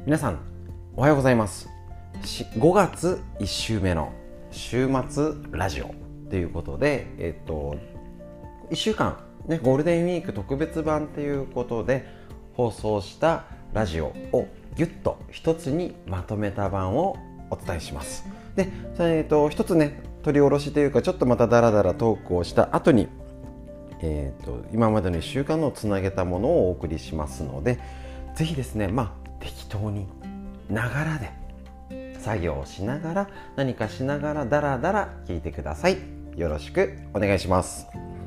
皆さんおはようございます。5月1週目の週末ラジオということで、1週間、ね、ゴールデンウィーク特別版ということで放送したラジオをギュッと一つにまとめた版をお伝えします。で、一つね、取り下ろしというかちょっとまたダラダラトークをした後に、今までの1週間のつなげたものをお送りしますので、ぜひですね、適当にながらで作業をしながら何かしながらダラダラ聞いてください。よろしくお願いします。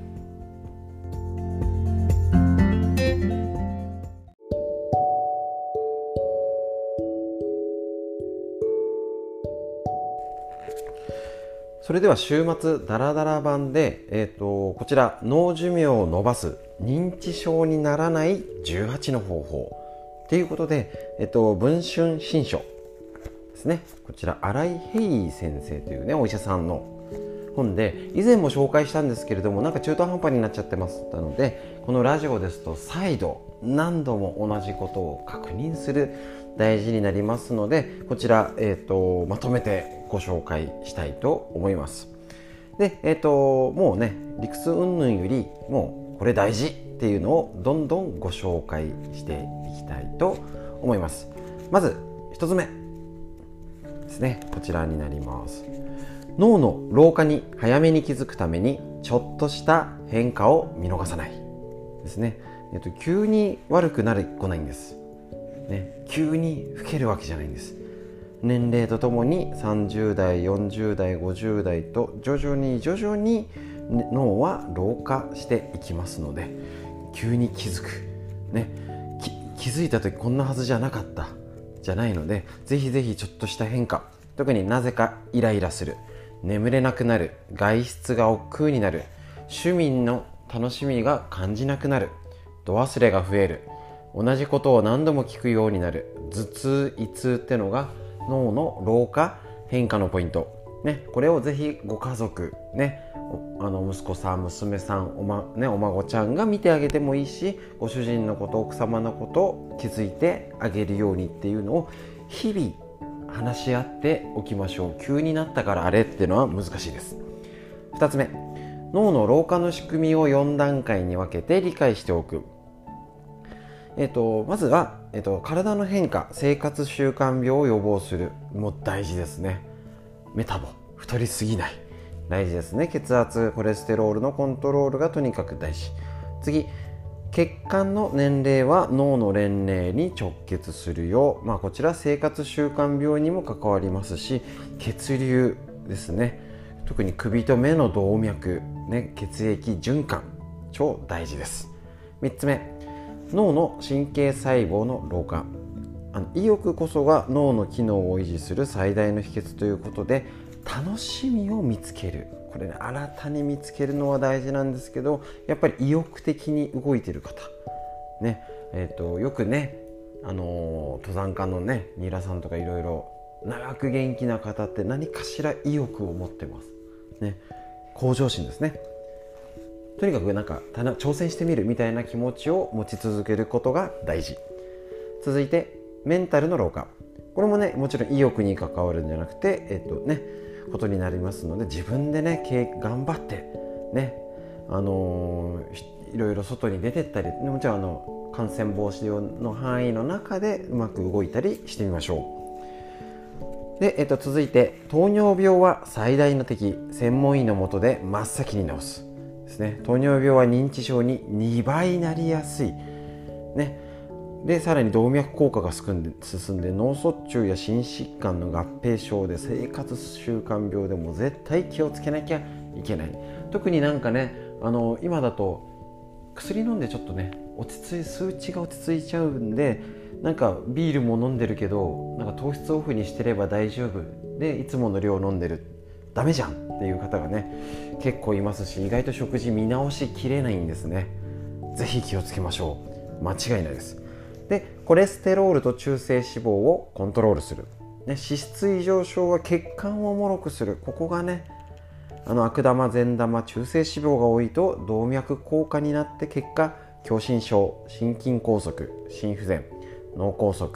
それでは週末ダラダラ版で、こちら脳寿命を伸ばす認知症にならない18の方法ということで、文春新書ですね。こちら新井平伊先生というね、お医者さんの本で、以前も紹介したんですけれども、なんか中途半端になっちゃってますので、このラジオですと再度何度も同じことを確認する大事になりますので、こちら、まとめてご紹介したいと思います。で、もうね、理屈云々よりもうこれ大事っていうのをどんどんご紹介していきたいと思います。まず一つ目ですね、こちらになります。脳の老化に早めに気づくためにちょっとした変化を見逃さないですね。急に悪くなる来ないんです、ね、急に老けるわけじゃないんです。年齢とともに30代40代50代と徐々に脳は老化していきますので、急に気づく、ね、気づいた時こんなはずじゃなかったじゃないので、ぜひぜひちょっとした変化、特になぜかイライラする、眠れなくなる、外出が億劫になる、趣味の楽しみが感じなくなる、度忘れが増える、同じことを何度も聞くようになる、頭痛胃痛ってのが脳の老化変化のポイント、ね、これをぜひご家族、ね、息子さん娘さんお孫ちゃんが見てあげてもいいし、ご主人のこと奥様のことを気づいてあげるようにっていうのを日々話し合っておきましょう。急になったからあれっていうのは難しいです。2つ目、脳の老化の仕組みを4段階に分けて理解しておく。まずは、体の変化、生活習慣病を予防する、もう大事ですね。メタボ、太りすぎない、大事ですね。血圧、コレステロールのコントロールがとにかく大事。次、血管の年齢は脳の年齢に直結するよ。こちら生活習慣病にも関わりますし、血流ですね。特に首と目の動脈、ね、血液循環、超大事です。3つ目、脳の神経細胞の老化。意欲こそが脳の機能を維持する最大の秘訣ということで、楽しみを見つける、これね、新たに見つけるのは大事なんですけど、やっぱり意欲的に動いている方、ね、よくね、登山家のね、ニラさんとかいろいろ長く元気な方って何かしら意欲を持ってます、ね、向上心ですね。とにかく挑戦してみるみたいな気持ちを持ち続けることが大事。続いてメンタルの老化。これもね、もちろん意欲に関わるんじゃなくて、ことになりますので、自分でね、頑張ってね、いろいろ外に出てったり、もちろん感染防止の範囲の中でうまく動いたりしてみましょう。で、続いて糖尿病は最大の敵、専門医の下で真っ先に治すですね。糖尿病は認知症に2倍なりやすい、ね。で、さらに動脈硬化が進んで脳卒中や心疾患の合併症で生活習慣病でも絶対気をつけなきゃいけない。特に今だと薬飲んでちょっとね、数値が落ち着いちゃうんで、ビールも飲んでるけど糖質オフにしてれば大丈夫で、いつもの量飲んでる、ダメじゃんっていう方がね、結構いますし、意外と食事見直しきれないんですね。ぜひ気をつけましょう。間違いないです。で、コレステロールと中性脂肪をコントロールする、ね、脂質異常症は血管を脆くする。ここがね、悪玉善玉中性脂肪が多いと動脈硬化になって、結果狭心症、心筋梗塞、心不全、脳梗塞、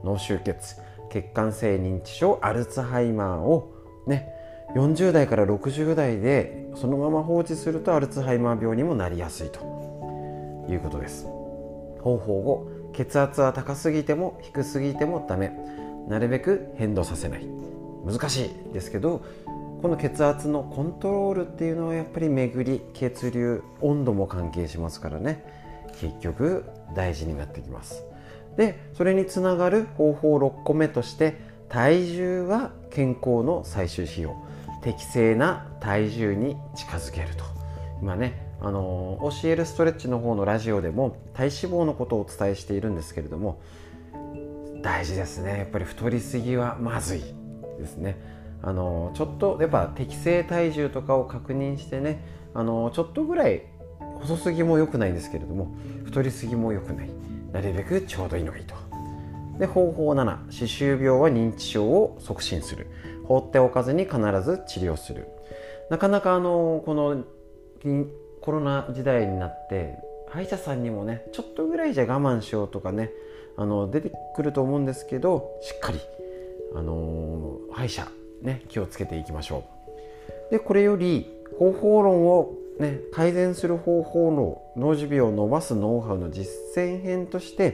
脳出血、血管性認知症、アルツハイマーをね、40代から60代でそのまま放置するとアルツハイマー病にもなりやすいということです。方法5、血圧は高すぎても低すぎてもダメ。なるべく変動させない。難しいですけど、この血圧のコントロールっていうのはやっぱり巡り、血流、温度も関係しますからね、結局大事になってきます。で、それにつながる方法6個目として、体重は健康の最終指標、適正な体重に近づけると。今ね、教えるストレッチの方のラジオでも体脂肪のことをお伝えしているんですけれども、大事ですね。やっぱり太りすぎはまずいですね。ちょっとやっぱ適正体重とかを確認してね、ちょっとぐらい細すぎも良くないんですけれども、太りすぎも良くない、なるべくちょうどいいのがいいと。で、方法7、歯周病は認知症を促進する。放っておかずに必ず治療する。なかなかこのコロナ時代になって歯医者さんにもね、ちょっとぐらいじゃ我慢しようとかね、出てくると思うんですけど、しっかり歯医者ね、気をつけていきましょう。で、これより方法論をね、改善する方法の脳耳鼻を伸ばすノウハウの実践編として、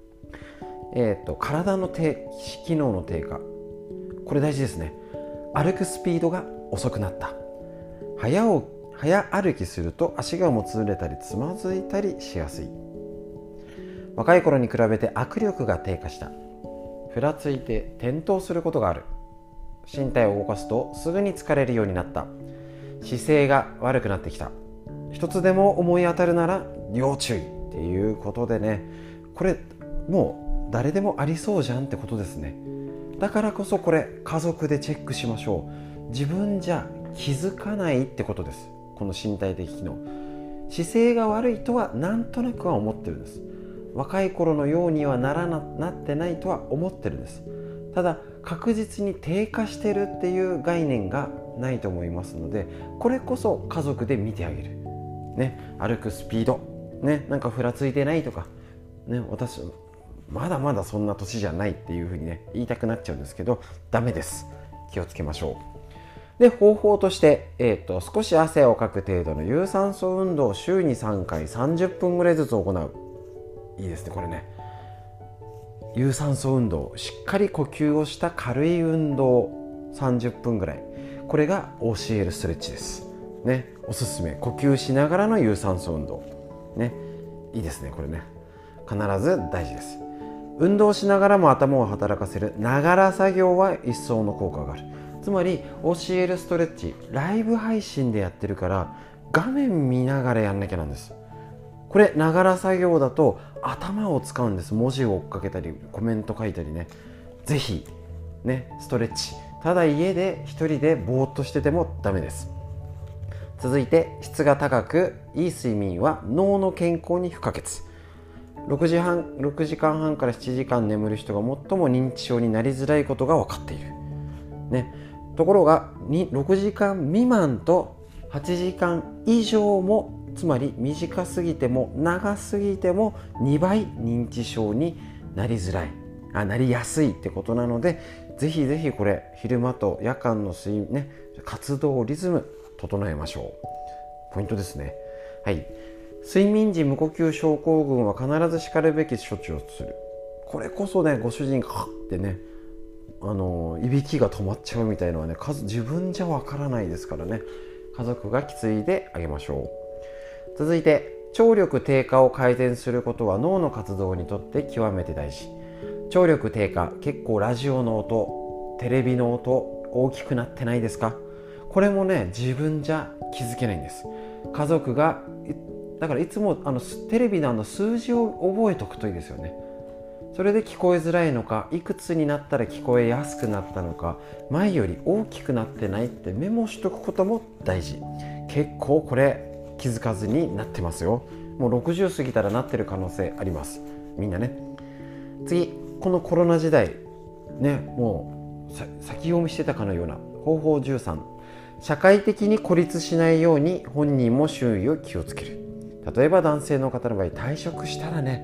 体の機能の低下、これ大事ですね。歩くスピードが遅くなった。早歩きすると足がもつれたりつまずいたりしやすい。若い頃に比べて握力が低下した。ふらついて転倒することがある。身体を動かすとすぐに疲れるようになった。姿勢が悪くなってきた。一つでも思い当たるなら要注意っていうことでね、これもう誰でもありそうじゃんってことですね。だからこそこれ家族でチェックしましょう。自分じゃ気づかないってことです。この身体的機能、姿勢が悪いとはなんとなくは思ってるんです。若い頃のようにはなってないとは思ってるんです。ただ確実に低下してるっていう概念がないと思いますので、これこそ家族で見てあげる、ね、歩くスピード、ね、なんかふらついてないとか、ね、私まだまだそんな年じゃないっていうふうにね言いたくなっちゃうんですけど、ダメです。気をつけましょう。で、方法として、少し汗をかく程度の有酸素運動を週に3回30分ぐらいずつ行う。いいですね、これね。有酸素運動、しっかり呼吸をした軽い運動30分ぐらい、これが教えるストレッチですね。おすすめ、呼吸しながらの有酸素運動ね、いいですね。これね、必ず大事です。運動しながらも頭を働かせるながら作業は一層の効果がある。つまり教えるストレッチ、ライブ配信でやってるから画面見ながらやんなきゃなんです。これながら作業だと頭を使うんです。文字を追っかけたりコメント書いたりね。ぜひね、ストレッチ、ただ家で一人でぼーっとしててもダメです。続いて、質が高くいい睡眠は脳の健康に不可欠。6時間半から7時間眠る人が最も認知症になりづらいことが分かっている、ね、ところが6時間未満と8時間以上も、つまり短すぎても長すぎても2倍認知症になりやすいってことなので、ぜひぜひこれ昼間と夜間の活動リズム整えましょう。ポイントですね。はい。睡眠時無呼吸症候群は必ずしかるべき処置をする。これこそね、ご主人がってね、いびきが止まっちゃうみたいのはね、自分じゃわからないですからね、家族がきついであげましょう。続いて、聴力低下を改善することは脳の活動にとって極めて大事。聴力低下、結構ラジオの音、テレビの音大きくなってないですか？これもね、自分じゃ気づけないんです。家族がだからいつもテレビの数字を覚えておくといいですよね。それで聞こえづらいのか、いくつになったら聞こえやすくなったのか、前より大きくなってないってメモしとくことも大事。結構これ気づかずになってますよ。もう60過ぎたらなってる可能性あります、みんなね。次、このコロナ時代ね、もう先読みしてたかのような方法13、社会的に孤立しないように本人も周囲を気をつける。例えば男性の方の場合、退職したらね、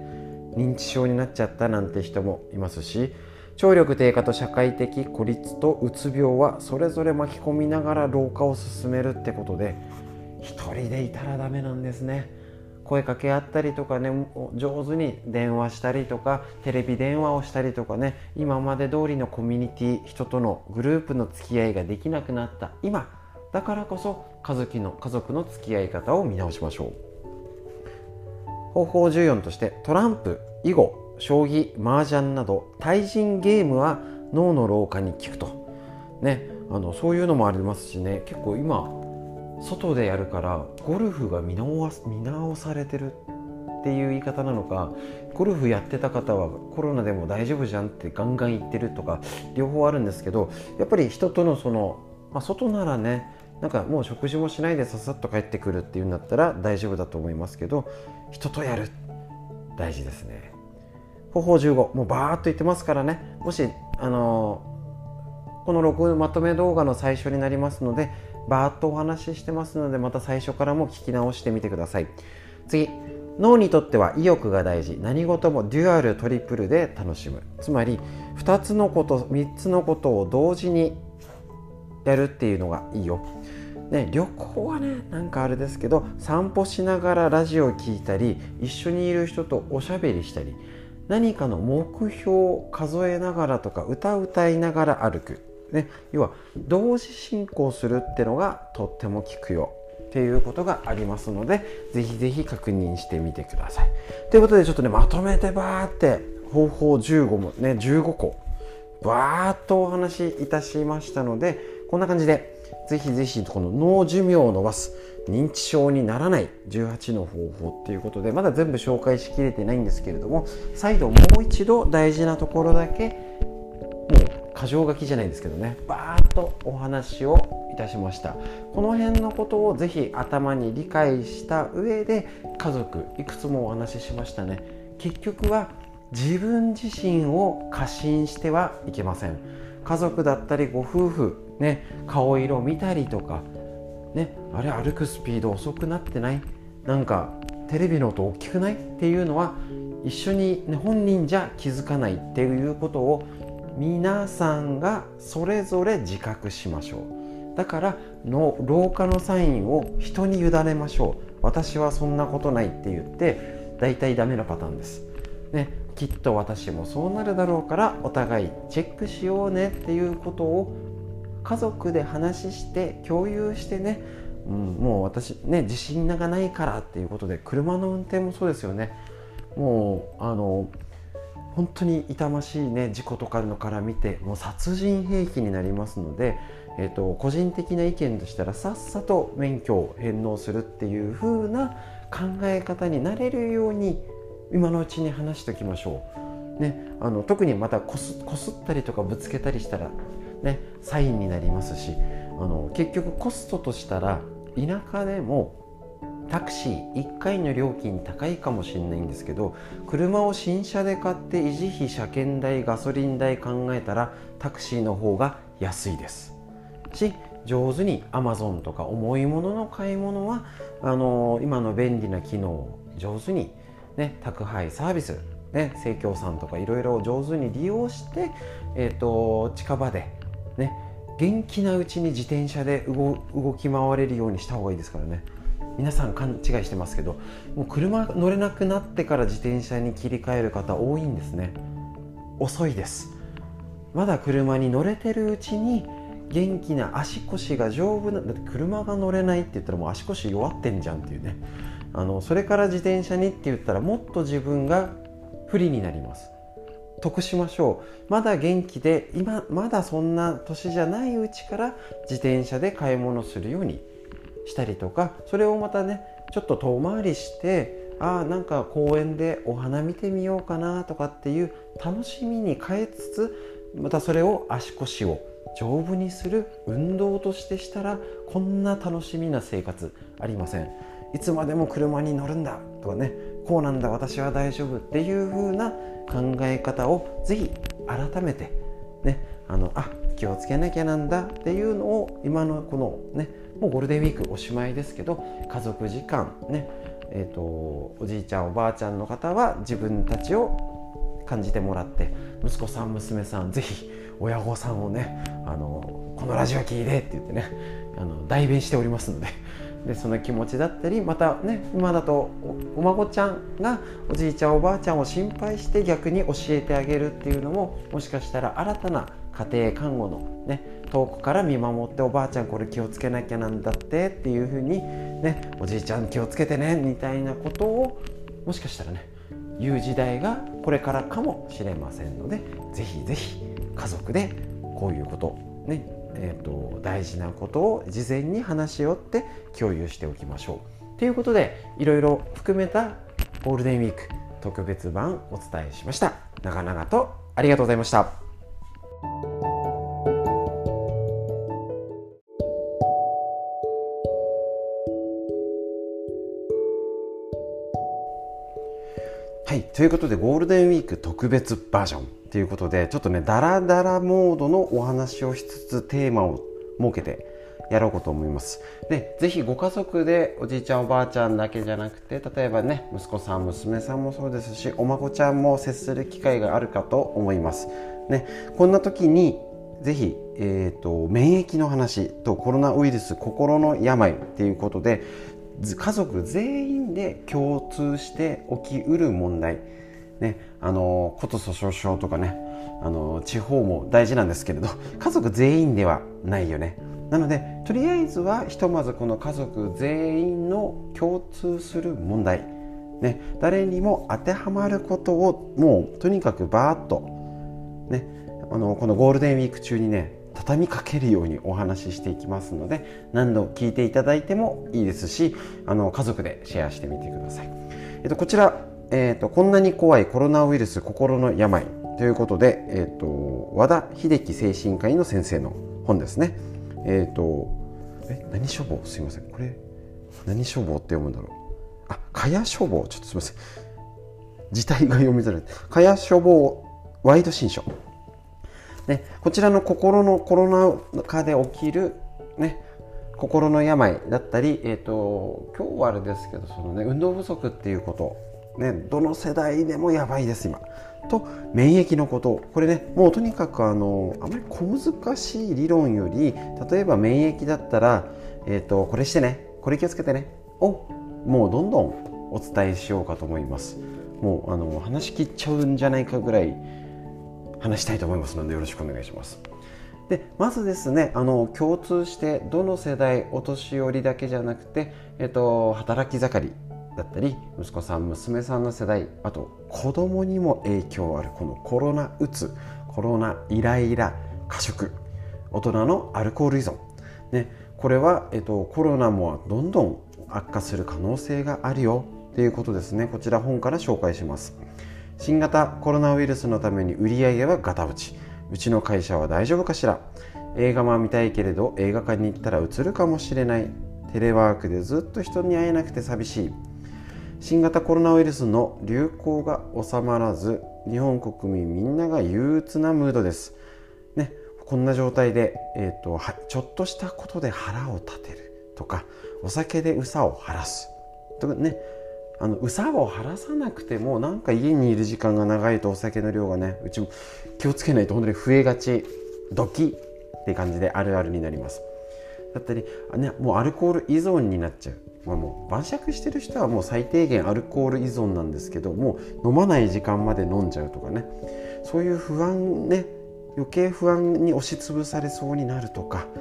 認知症になっちゃったなんて人もいますし、聴力低下と社会的孤立とうつ病はそれぞれ巻き込みながら老化を進めるってことで、一人でいたらダメなんですね。声かけ合ったりとかね、上手に電話したりとかテレビ電話をしたりとかね、今まで通りのコミュニティ、人とのグループの付き合いができなくなった今だからこそ、家族の付き合い方を見直しましょう。方法14として、トランプ、囲碁、将棋、麻雀など対人ゲームは脳の老化に効くとね、そういうのもありますしね、結構今外でやるからゴルフが見直されてるっていう言い方なのか、ゴルフやってた方はコロナでも大丈夫じゃんってガンガン言ってるとか、両方あるんですけど、やっぱり人との外ならね、なんかもう食事もしないでささっと帰ってくるっていうんだったら大丈夫だと思いますけど、人とやる大事ですね。方法15、もうバーっと言ってますからね、もしこの録音まとめ動画の最初になりますので、バーっとお話ししてますので、また最初からも聞き直してみてください。次、脳にとっては意欲が大事。何事もデュアルトリプルで楽しむ。つまり2つのこと3つのことを同時にやるっていうのがいいよ、ね、旅行はね、なんかあれですけど、散歩しながらラジオを聞いたり、一緒にいる人とおしゃべりしたり、何かの目標を数えながらとか歌いながら歩く、ね、要は同時進行するってのがとっても効くよっていうことがありますので、ぜひぜひ確認してみてください。ということで、ちょっとね、まとめてバーって方法15もね、15個バーっとお話しいたしましたので、こんな感じでぜひぜひこの脳寿命を伸ばす、認知症にならない18の方法っていうことで、まだ全部紹介しきれてないんですけれども、再度もう一度大事なところだけ、もう箇条書きじゃないんですけどね、バーっとお話をいたしました。この辺のことをぜひ頭に理解した上で、家族いくつもお話ししましたね。結局は自分自身を過信してはいけません。家族だったりご夫婦ね、顔色見たりとかね、あれ歩くスピード遅くなってない、なんかテレビの音大きくないっていうのは、一緒に、ね、本人じゃ気づかないっていうことを皆さんがそれぞれ自覚しましょう。だからの老化のサインを人に委ねましょう。私はそんなことないって言って大体ダメなパターンですね。きっと私もそうなるだろうから、お互いチェックしようねっていうことを家族で話して共有してね、もう私ね、自信がないからっていうことで、車の運転もそうですよね。もう本当に痛ましいね、事故とかのから見て、もう殺人兵器になりますので、個人的な意見としたら、さっさと免許を返納するっていう風な考え方になれるように今のうちに話しておきましょう、ね、特にまたこすったりとかぶつけたりしたら、ね、サインになりますし、結局コストとしたら田舎でもタクシー1回の料金高いかもしれないんですけど、車を新車で買って維持費、車検代、ガソリン代考えたらタクシーの方が安いですし、上手に Amazon とか重いものの買い物は今の便利な機能を上手に、ね、宅配サービス、ね、生協さんとかいろいろ上手に利用して、近場で、ね、元気なうちに自転車で動き回れるようにした方がいいですからね。皆さん勘違いしてますけど、もう車乗れなくなってから自転車に切り替える方多いんですね。遅いです。まだ車に乗れてるうちに元気な足腰が丈夫な、だって車が乗れないって言ったらもう足腰弱ってんじゃんっていうね、それから自転車にって言ったらもっと自分が不利になります。得しましょう。まだ元気で、まだそんな年じゃないうちから自転車で買い物するようにしたりとか、それをまたね、ちょっと遠回りして、なんか公園でお花見てみようかなとかっていう楽しみに変えつつ、またそれを足腰を丈夫にする運動としてしたら、こんな楽しみな生活ありません。いつまでも車に乗るんだとかね、こうなんだ私は大丈夫っていう風な考え方をぜひ改めてね、気をつけなきゃなんだっていうのを、今のこのね、もうゴールデンウィークおしまいですけど、家族時間ね、 おじいちゃんおばあちゃんの方は自分たちを感じてもらって、息子さん娘さんぜひ親御さんをねこのラジオ聞いてって言ってね代弁しておりますので、その気持ちだったり、またね今だと お孫ちゃんがおじいちゃんおばあちゃんを心配して逆に教えてあげるっていうのも、もしかしたら新たな家庭看護のね遠くから見守って、おばあちゃんこれ気をつけなきゃなんだってっていう風にね、おじいちゃん気をつけてねみたいなことをもしかしたらね言う時代がこれからかもしれませんので、ぜひぜひ家族でこういうことね、大事なことを事前に話し合って共有しておきましょうということで、いろいろ含めたゴールデンウィーク特別版お伝えしました。長々とありがとうございました。はい、ということでゴールデンウィーク特別バージョンということで、ちょっとねダラダラモードのお話をしつつテーマを設けてやろうかと思います。で、ぜひご家族でおじいちゃんおばあちゃんだけじゃなくて、例えばね息子さん娘さんもそうですし、お孫ちゃんも接する機会があるかと思いますね。こんな時にぜひ、免疫の話とコロナウイルス心の病っていうことで、家族全員で共通して起きうる問題ね、骨粗しょう症とかね、地方も大事なんですけれど、家族全員ではないよね。なのでとりあえずはひとまずこの家族全員の共通する問題ね、誰にも当てはまることをもうとにかくバーッとね、このゴールデンウィーク中にね畳みかけるようにお話ししていきますので、何度聞いていただいてもいいですし、家族でシェアしてみてください。こちら、こんなに怖いコロナウイルス心の病ということで、和田秀樹精神科医の先生の本ですね。何書房、すいません、これ何書房って読むんだろう。茅書房、ちょっとすいません、字体が読みづらい。茅書房ワイド新書ね、こちらの心のコロナ禍で起きる、ね、心の病だったり、今日はあれですけど、そのね、運動不足っていうこと、ね、どの世代でもやばいです今と、免疫のこと、これねもうとにかくあまり小難しい理論より、例えば免疫だったら、これしてね、これ気をつけてねをもうどんどんお伝えしようかと思います。もう話し切っちゃうんじゃないかぐらい話したいと思いますので、よろしくお願いします。で、まずですね、共通してどの世代、お年寄りだけじゃなくて、働き盛りだったり息子さん娘さんの世代、あと子供にも影響あるこのコロナうつ、コロナイライラ、過食、大人のアルコール依存、ね、これは、コロナもどんどん悪化する可能性があるよということですね。こちら本から紹介します。新型コロナウイルスのために売り上げはガタ落ち、うちの会社は大丈夫かしら、映画も見たいけれど映画館に行ったら映るかもしれない、テレワークでずっと人に会えなくて寂しい、新型コロナウイルスの流行が収まらず日本国民みんなが憂鬱なムードです、ね、こんな状態で、ちょっとしたことで腹を立てるとか、お酒で憂さを晴らすとかね、憂さを晴らさなくてもなんか家にいる時間が長いとお酒の量がね、うちも気をつけないと本当に増えがち、ドキって感じであるあるになります。だったり、ね、もうアルコール依存になっちゃう、もう晩酌してる人はもう最低限アルコール依存なんですけど、もう飲まない時間まで飲んじゃうとかね、そういう不安ね、余計不安に押しつぶされそうになるとか、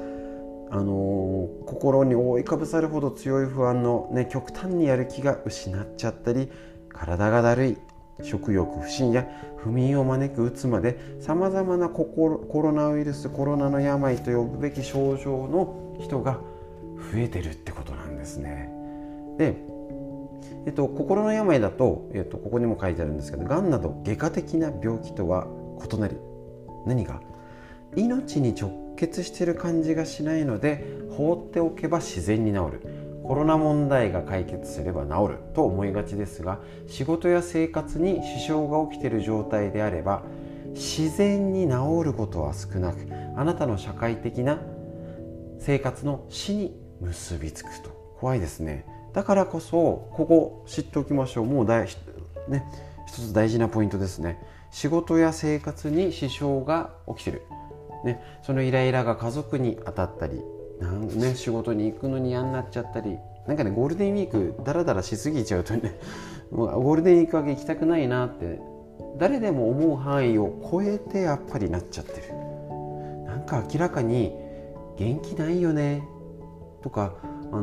心に覆いかぶさるほど強い不安の、ね、極端にやる気が失っちゃったり、体がだるい、食欲不振や不眠を招くうつまで、さまざまなコロナウイルス、コロナの病と呼ぶべき症状の人が増えてるってことなんですね。で、心の病だと、ここにも書いてあるんですけど、がんなど外科的な病気とは異なり、何が命に直結している感じがしないので、放っておけば自然に治る、コロナ問題が解決すれば治ると思いがちですが、仕事や生活に支障が起きている状態であれば自然に治ることは少なく、あなたの社会的な生活の死に結びつくと。怖いですね。 だからこそここ知っておきましょう。もうね、一つ大事なポイントですね。仕事や生活に支障が起きてる、ね、そのイライラが家族に当たったり仕事に行くのに嫌になっちゃったり、ゴールデンウィークダラダラしすぎちゃうとね、もうゴールデンウィーク明け行きたくないなって誰でも思う範囲を超えてやっぱりなっちゃってる。明らかに元気ないよねとか、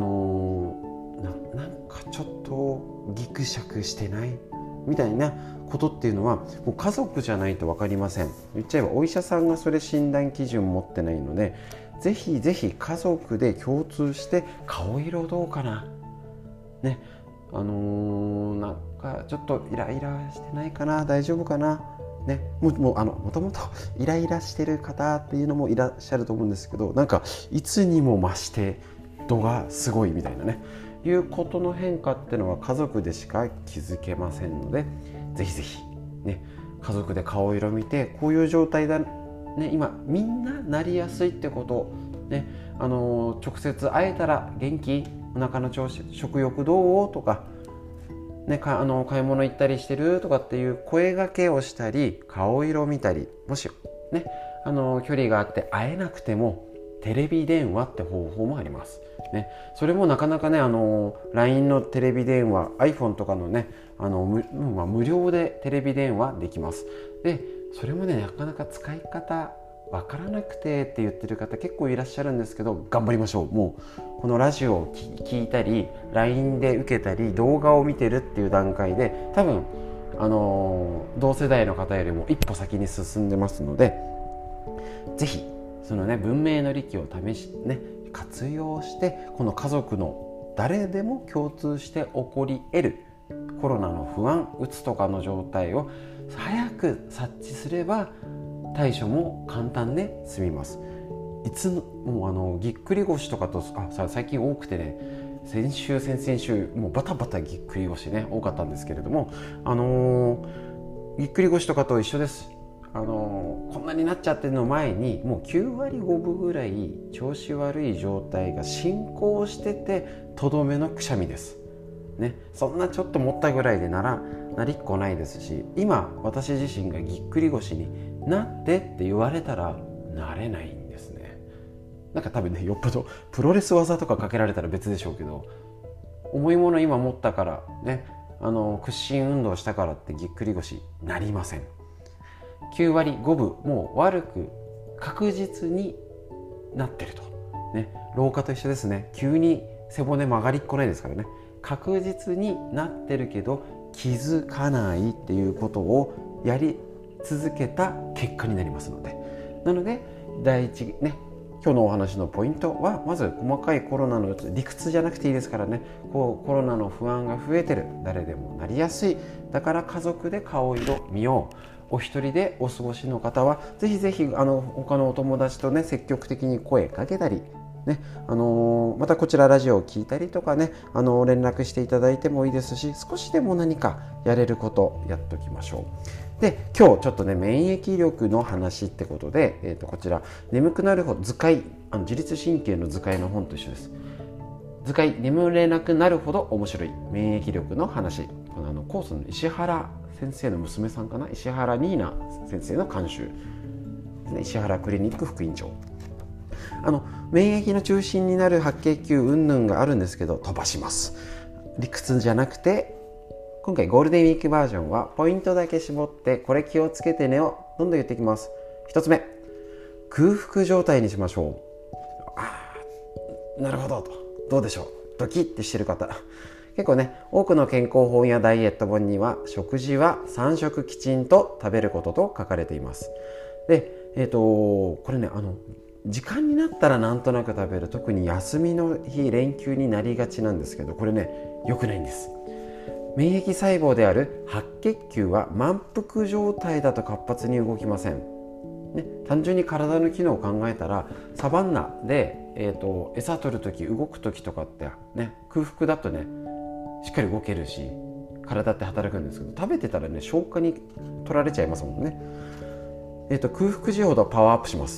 ちょっとギクシャクしてないみたいなことっていうのはもう家族じゃないと分かりません。言っちゃえばお医者さんがそれ診断基準持ってないので、ぜひぜひ家族で共通して顔色どうかなね、ちょっとイライラしてないかな、大丈夫かなね、もともとイライラしてる方っていうのもいらっしゃると思うんですけど、いつにも増して度がすごいみたいなね、いうことの変化っていうのは家族でしか気づけませんので、ぜひぜひね、家族で顔色見てこういう状態だね、今みんななりやすいってことね、直接会えたら元気、お腹の調子、食欲どうとかね、買い物行ったりしてるとかっていう声掛けをしたり、顔色見たり、もしね距離があって会えなくてもテレビ電話って方法もありますね。それもなかなかねLINE のテレビ電話、 iPhone とかのね無料でテレビ電話できます。でそれもねなかなか使い方わからなくてって言ってる方結構いらっしゃるんですけど、頑張りましょう。もうこのラジオを聞いたり LINE で受けたり動画を見てるっていう段階で多分同世代の方よりも一歩先に進んでますので、ぜひそのね文明の利器を試しね活用して、この家族の誰でも共通して起こり得るコロナの不安、うつとかの状態を早く察知すれば対処も簡単で済みます。もうぎっくり腰とかと最近多くてね、先週先々週もうバタバタぎっくり腰ね多かったんですけれども、ぎっくり腰とかと一緒です。こんなになっちゃってるの前にもう9割5分ぐらい調子悪い状態が進行してて、とどめのくしゃみですね。そんなちょっと持ったぐらいでなりっこないですし、今私自身がぎっくり腰になってって言われたらなれないんですね。多分ね、よっぽどプロレス技とかかけられたら別でしょうけど、重いもの今持ったからね、屈伸運動したからってぎっくり腰なりません。9割5分もう悪く確実になってるとね、老化と一緒ですね。急に背骨曲がりっこないですからね。確実になってるけど気づかないっていうことをやり続けた結果になりますので、第一ね、今日のお話のポイントは、まず細かいコロナの理屈じゃなくていいですからね、コロナの不安が増えてる、誰でもなりやすい、だから家族で顔色見よう。お一人でお過ごしの方はぜひぜひ他のお友達とね積極的に声かけたりね、またこちらラジオを聞いたりとかね、連絡していただいてもいいですし、少しでも何かやれることやっておきましょう。で今日ちょっとね免疫力の話ってことで、こちら眠くなるほど図解、自律神経の図解の本と一緒です。図解眠れなくなるほど面白い免疫力の話、このコースの石原先生の娘さんかな、石原ニーナ先生の監修、石原クリニック副院長。免疫の中心になる白血球云々があるんですけど飛ばします。理屈じゃなくて、今回ゴールデンウィークバージョンはポイントだけ絞ってこれ気をつけてねをどんどん言っていきます。一つ目、空腹状態にしましょう。なるほどと、どうでしょう、ドキッてしてる方結構ね、多くの健康本やダイエット本には食事は3食きちんと食べることと書かれています。で、これね時間になったらなんとなく食べる、特に休みの日連休になりがちなんですけど、これね良くないんです。免疫細胞である白血球は満腹状態だと活発に動きません、ね、単純に体の機能を考えたらサバンナで、餌取るとき動くときとかってね、空腹だとねしっかり動けるし体って働くんですけど、食べてたらね消化に取られちゃいますもんね。空腹時ほどパワーアップします。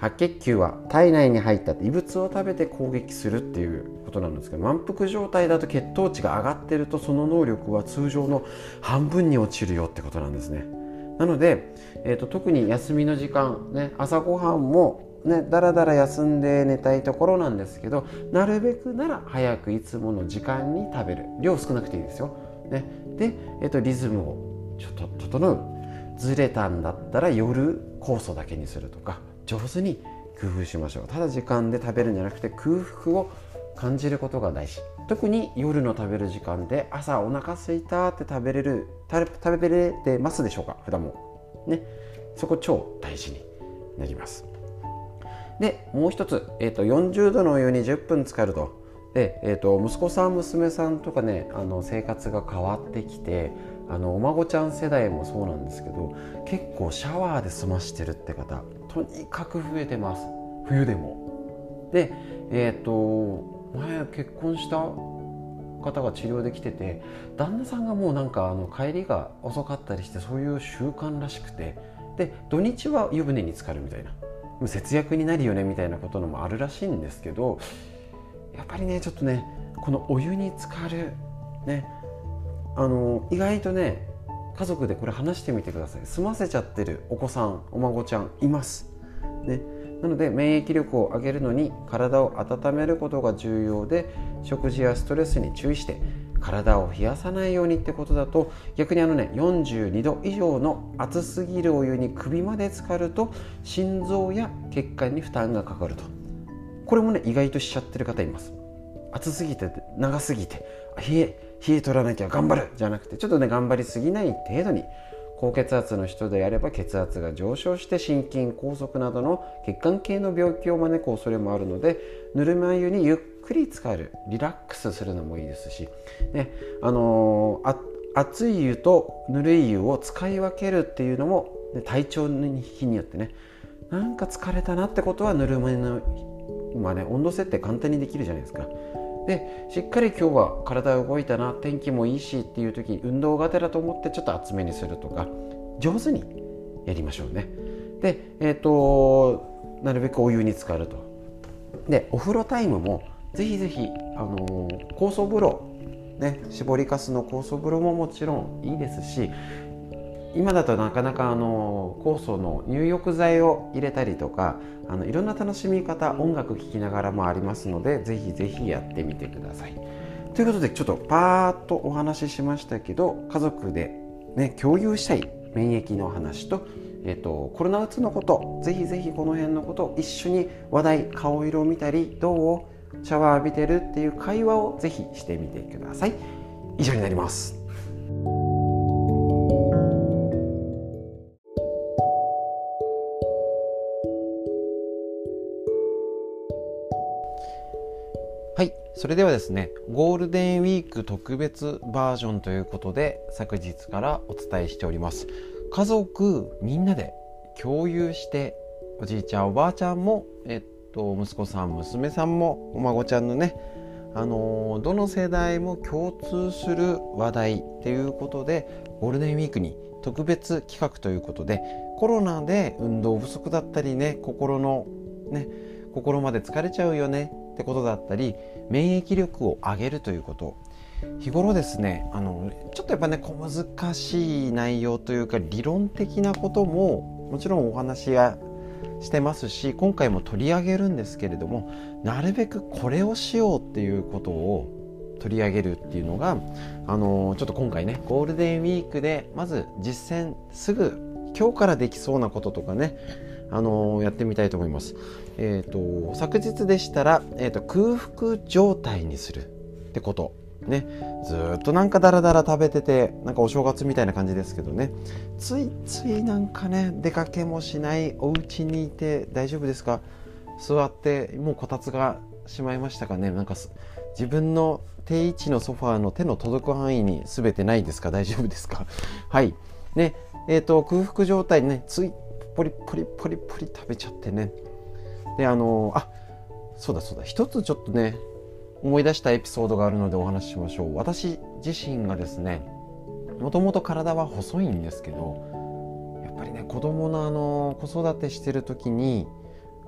白血球は体内に入った異物を食べて攻撃するっていうことなんですけど、満腹状態だと血糖値が上がってるとその能力は通常の半分に落ちるよってことなんですね。なので、特に休みの時間、ね、朝ごはんもだらだら休んで寝たいところなんですけど、なるべくなら早くいつもの時間に食べる。量少なくていいですよ、ね、で、リズムをちょっと整う。ずれたんだったら夜酵素だけにするとか、上手に工夫しましょう。ただ時間で食べるんじゃなくて空腹を感じることが大事。特に夜の食べる時間で朝お腹空いたって食べれてますでしょうか。普段もね、そこ超大事になります。でもう一つ、40度のお湯に10分浸かると。で、息子さん娘さんとかね、生活が変わってきて、お孫ちゃん世代もそうなんですけど、結構シャワーで済ましてるって方とにかく増えてます。冬でも。で、前結婚した方が治療できてて、旦那さんがもうなんか帰りが遅かったりして、そういう習慣らしくて、で土日は湯船に浸かるみたいな、節約になるよねみたいなことのもあるらしいんですけど、やっぱりねちょっとね、このお湯に浸かるね、意外とね家族でこれ話してみてください。済ませちゃってるお子さんお孫ちゃんいます、ね、なので免疫力を上げるのに体を温めることが重要で、食事やストレスに注意して体を冷やさないようにってことだと、逆に42度以上の熱すぎるお湯に首まで浸かると心臓や血管に負担がかかると。これもね意外としちゃってる方います。暑すぎて長すぎて冷え取らなきゃ頑張るじゃなくて、ちょっとね頑張りすぎない程度に、高血圧の人であれば血圧が上昇して心筋梗塞などの血管系の病気を招く恐れもあるので、ぬるま湯にゆっくり浸かる、リラックスするのもいいですし、ね、熱い湯とぬるい湯を使い分けるっていうのも、ね、体調の日によってね、なんか疲れたなってことはぬるま湯の温度設定簡単にできるじゃないですか。でしっかり今日は体動いたな、天気もいいしっていう時、運動がてらと思ってちょっと厚めにするとか、上手にやりましょうね。で、なるべくお湯に浸かると。でお風呂タイムもぜひぜひ、酵素風呂ね、絞りかすの酵素風呂ももちろんいいですし、今だとなかなか酵素の入浴剤を入れたりとか、いろんな楽しみ方、音楽聴きながらもありますので、ぜひぜひやってみてください。ということでちょっとパーッとお話ししましたけど、家族で、ね、共有したい免疫の話と、コロナうつのこと、ぜひぜひこの辺のことを一緒に話題、顔色を見たり、どうシャワー浴びてるっていう会話をぜひしてみてください。以上になります。はい、それではですね、ゴールデンウィーク特別バージョンということで昨日からお伝えしております。家族みんなで共有して、おじいちゃんおばあちゃんも、息子さん娘さんもお孫ちゃんのね、どの世代も共通する話題ということで、ゴールデンウィークに特別企画ということで、コロナで運動不足だったりね、心まで疲れちゃうよねってことだったり、免疫力を上げるということ、日頃ですね、ちょっとやっぱね小難しい内容というか理論的なことももちろんお話はしてますし、今回も取り上げるんですけれども、なるべくこれをしようっていうことを取り上げるっていうのが、ちょっと今回ねゴールデンウィークでまず実践、すぐ今日からできそうなこととかね、やってみたいと思います。昨日でしたら、空腹状態にするってことね。ずっとなんかダラダラ食べてて、なんかお正月みたいな感じですけどね、ついついなんかね出かけもしない、お家にいて大丈夫ですか？座ってもうこたつがしまいましたかね。なんか自分の定位置のソファーの手の届く範囲に全てないですか？大丈夫ですか？はいね、空腹状態ね、ついポリポリポリポリ食べちゃってね。でそうだ一つちょっとね思い出したエピソードがあるのでお話ししましょう。私自身がですね、もともと体は細いんですけど、やっぱりね子供の子育てしてる時に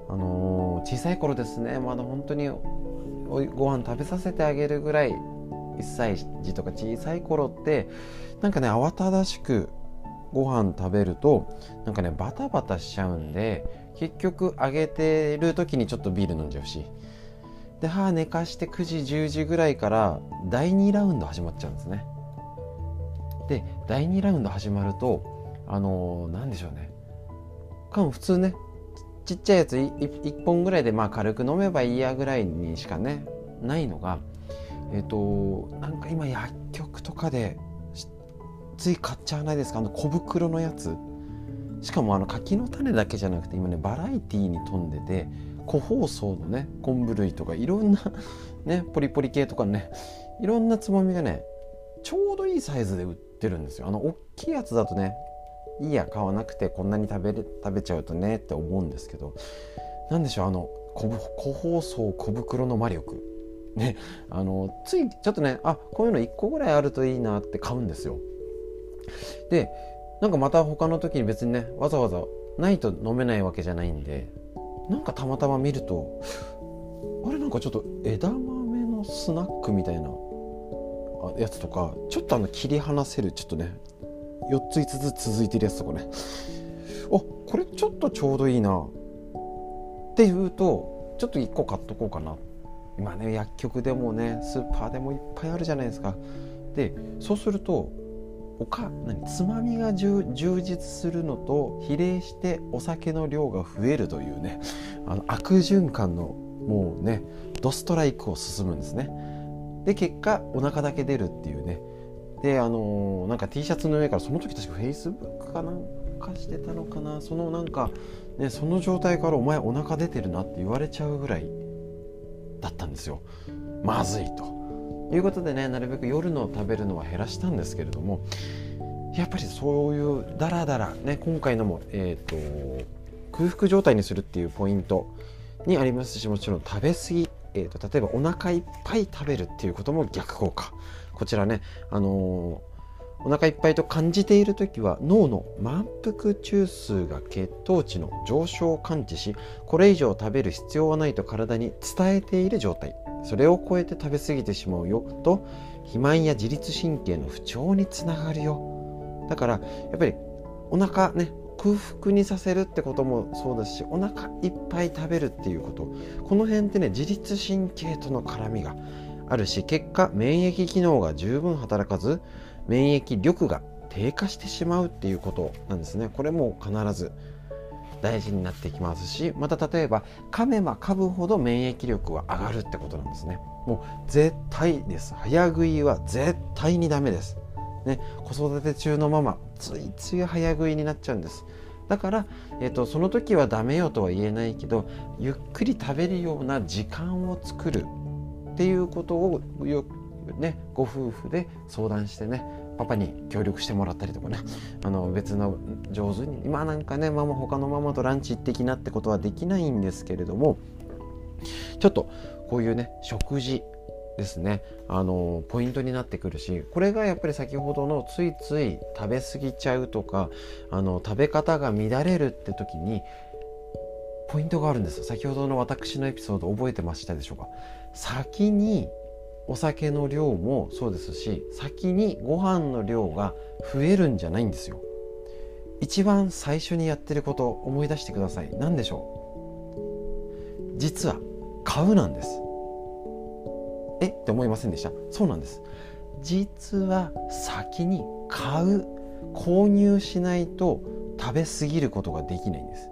小さい頃ですね、まだ本当にご飯食べさせてあげるぐらい、1歳児とか小さい頃ってなんかね、慌ただしくご飯食べるとなんかねバタバタしちゃうんで、結局あげてる時にちょっとビール飲んじゃうし、で寝かして9時10時ぐらいから第2ラウンド始まっちゃうんですね。で第2ラウンド始まるとなんでしょうね、普通ねちっちゃいやつ 1本ぐらいで軽く飲めばいいやぐらいにしかねないのが、なんか今薬局とかでつい買っちゃわないですか、小袋のやつ。しかも柿の種だけじゃなくて今ねバラエティに富んでて、個包装のね昆布類とかいろんなねポリポリ系とかね、いろんなつまみがねちょうどいいサイズで売ってるんですよ。大きいやつだとね、いいや買わなくてこんなに食べちゃうとねって思うんですけど、なんでしょう、個包装小袋の魔力ね、ついちょっとねこういうの1個ぐらいあるといいなって買うんですよ。でなんかまた他の時に別にねわざわざないと飲めないわけじゃないんで、なんかたまたま見るとなんかちょっと枝豆のスナックみたいなやつとか、ちょっと切り離せるちょっとね4つ5つ続いてるやつとかね、これちょっとちょうどいいなっていうと、ちょっと1個買っとこうかな。今ね薬局でもねスーパーでもいっぱいあるじゃないですか。でそうするとつまみが充実するのと比例してお酒の量が増えるというね、悪循環のもうねドストライクを進むんですね。で結果お腹だけ出るっていうね。でなんか T シャツの上から、その時確か Facebook かなんかしてたのかな、そのなんかねその状態からお前お腹出てるなって言われちゃうぐらいだったんですよ。まずいということでね、なるべく夜の食べるのは減らしたんですけれども、やっぱりそういうダラダラね、今回のも、空腹状態にするっていうポイントにありますし、もちろん食べ過ぎ、例えばお腹いっぱい食べるっていうことも逆効果。こちらね、お腹いっぱいと感じているときは脳の満腹中枢が血糖値の上昇を感知し、これ以上食べる必要はないと体に伝えている状態。それを超えて食べ過ぎてしまうよと、肥満や自律神経の不調につながるよ。だからやっぱりお腹ね空腹にさせるってこともそうですし、お腹いっぱい食べるっていうこと、この辺ってね自律神経との絡みがあるし、結果免疫機能が十分働かず免疫力が低下してしまうっていうことなんですね。これも必ず大事になってきますし、また例えば噛めば噛むほど免疫力は上がるってことなんですね。もう絶対です。早食いは絶対にダメですね。子育て中のママついつい早食いになっちゃうんです。だから、その時はダメよとは言えないけど、ゆっくり食べるような時間を作るっていうことをね、ご夫婦で相談してね、パパに協力してもらったりとかね、別の上手に今なんかね他のママとランチ行ってきなってことはできないんですけれども、ちょっとこういうね食事ですね、ポイントになってくるし、これがやっぱり先ほどのついつい食べ過ぎちゃうとか食べ方が乱れるって時にポイントがあるんです。先ほどの私のエピソード覚えてましたでしょうか。先にお酒の量もそうですし、先にご飯の量が増えるんじゃないんですよ。一番最初にやってること思い出してください。何でしょう。実は買うなんです。って思いませんでした？そうなんです。実は先に購入しないと食べ過ぎることができないんです。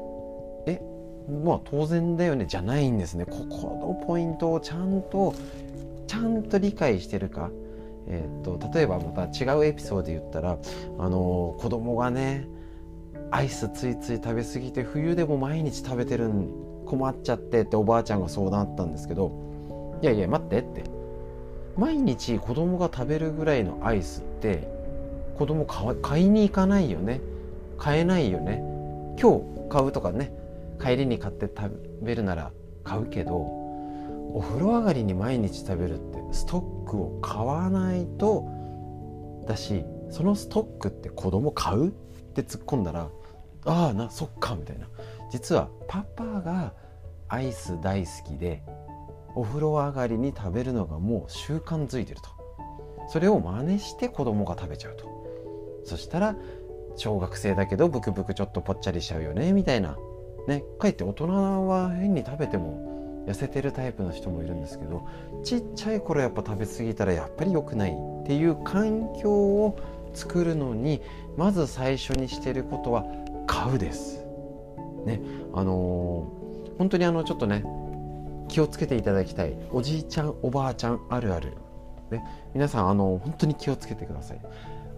当然だよねじゃないんですね。ここのポイントをちゃんと理解してるか。例えばまた違うエピソードで言ったら、子供がねアイスついつい食べ過ぎて冬でも毎日食べてるん困っちゃってっておばあちゃんが相談あったんですけど、いや待ってって、毎日子供が食べるぐらいのアイスって子供買いに行かないよね、買えないよね。今日買うとかね、帰りに買って食べるなら買うけど、お風呂上がりに毎日食べるってストックを買わないとだし、そのストックって子供買うって突っ込んだら、そっかみたいな。 実はパパがアイス大好きで、お風呂上がりに食べるのがもう習慣づいてると。それを真似して子供が食べちゃうと。そしたら小学生だけどブクブクちょっとぽっちゃりしちゃうよねみたいなね。かえって大人は変に食べても痩せてるタイプの人もいるんですけど、ちっちゃい頃やっぱ食べ過ぎたらやっぱり良くないっていう環境を作るのに、まず最初にしてることは買うですね。本当にちょっとね気をつけていただきたいおじいちゃんおばあちゃんあるあるで、皆さん本当に気をつけてください。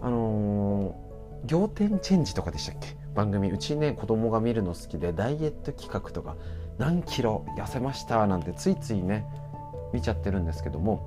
仰天チェンジとかでしたっけ、番組。うちね子供が見るの好きで、ダイエット企画とか何キロ痩せましたなんてついついね見ちゃってるんですけども、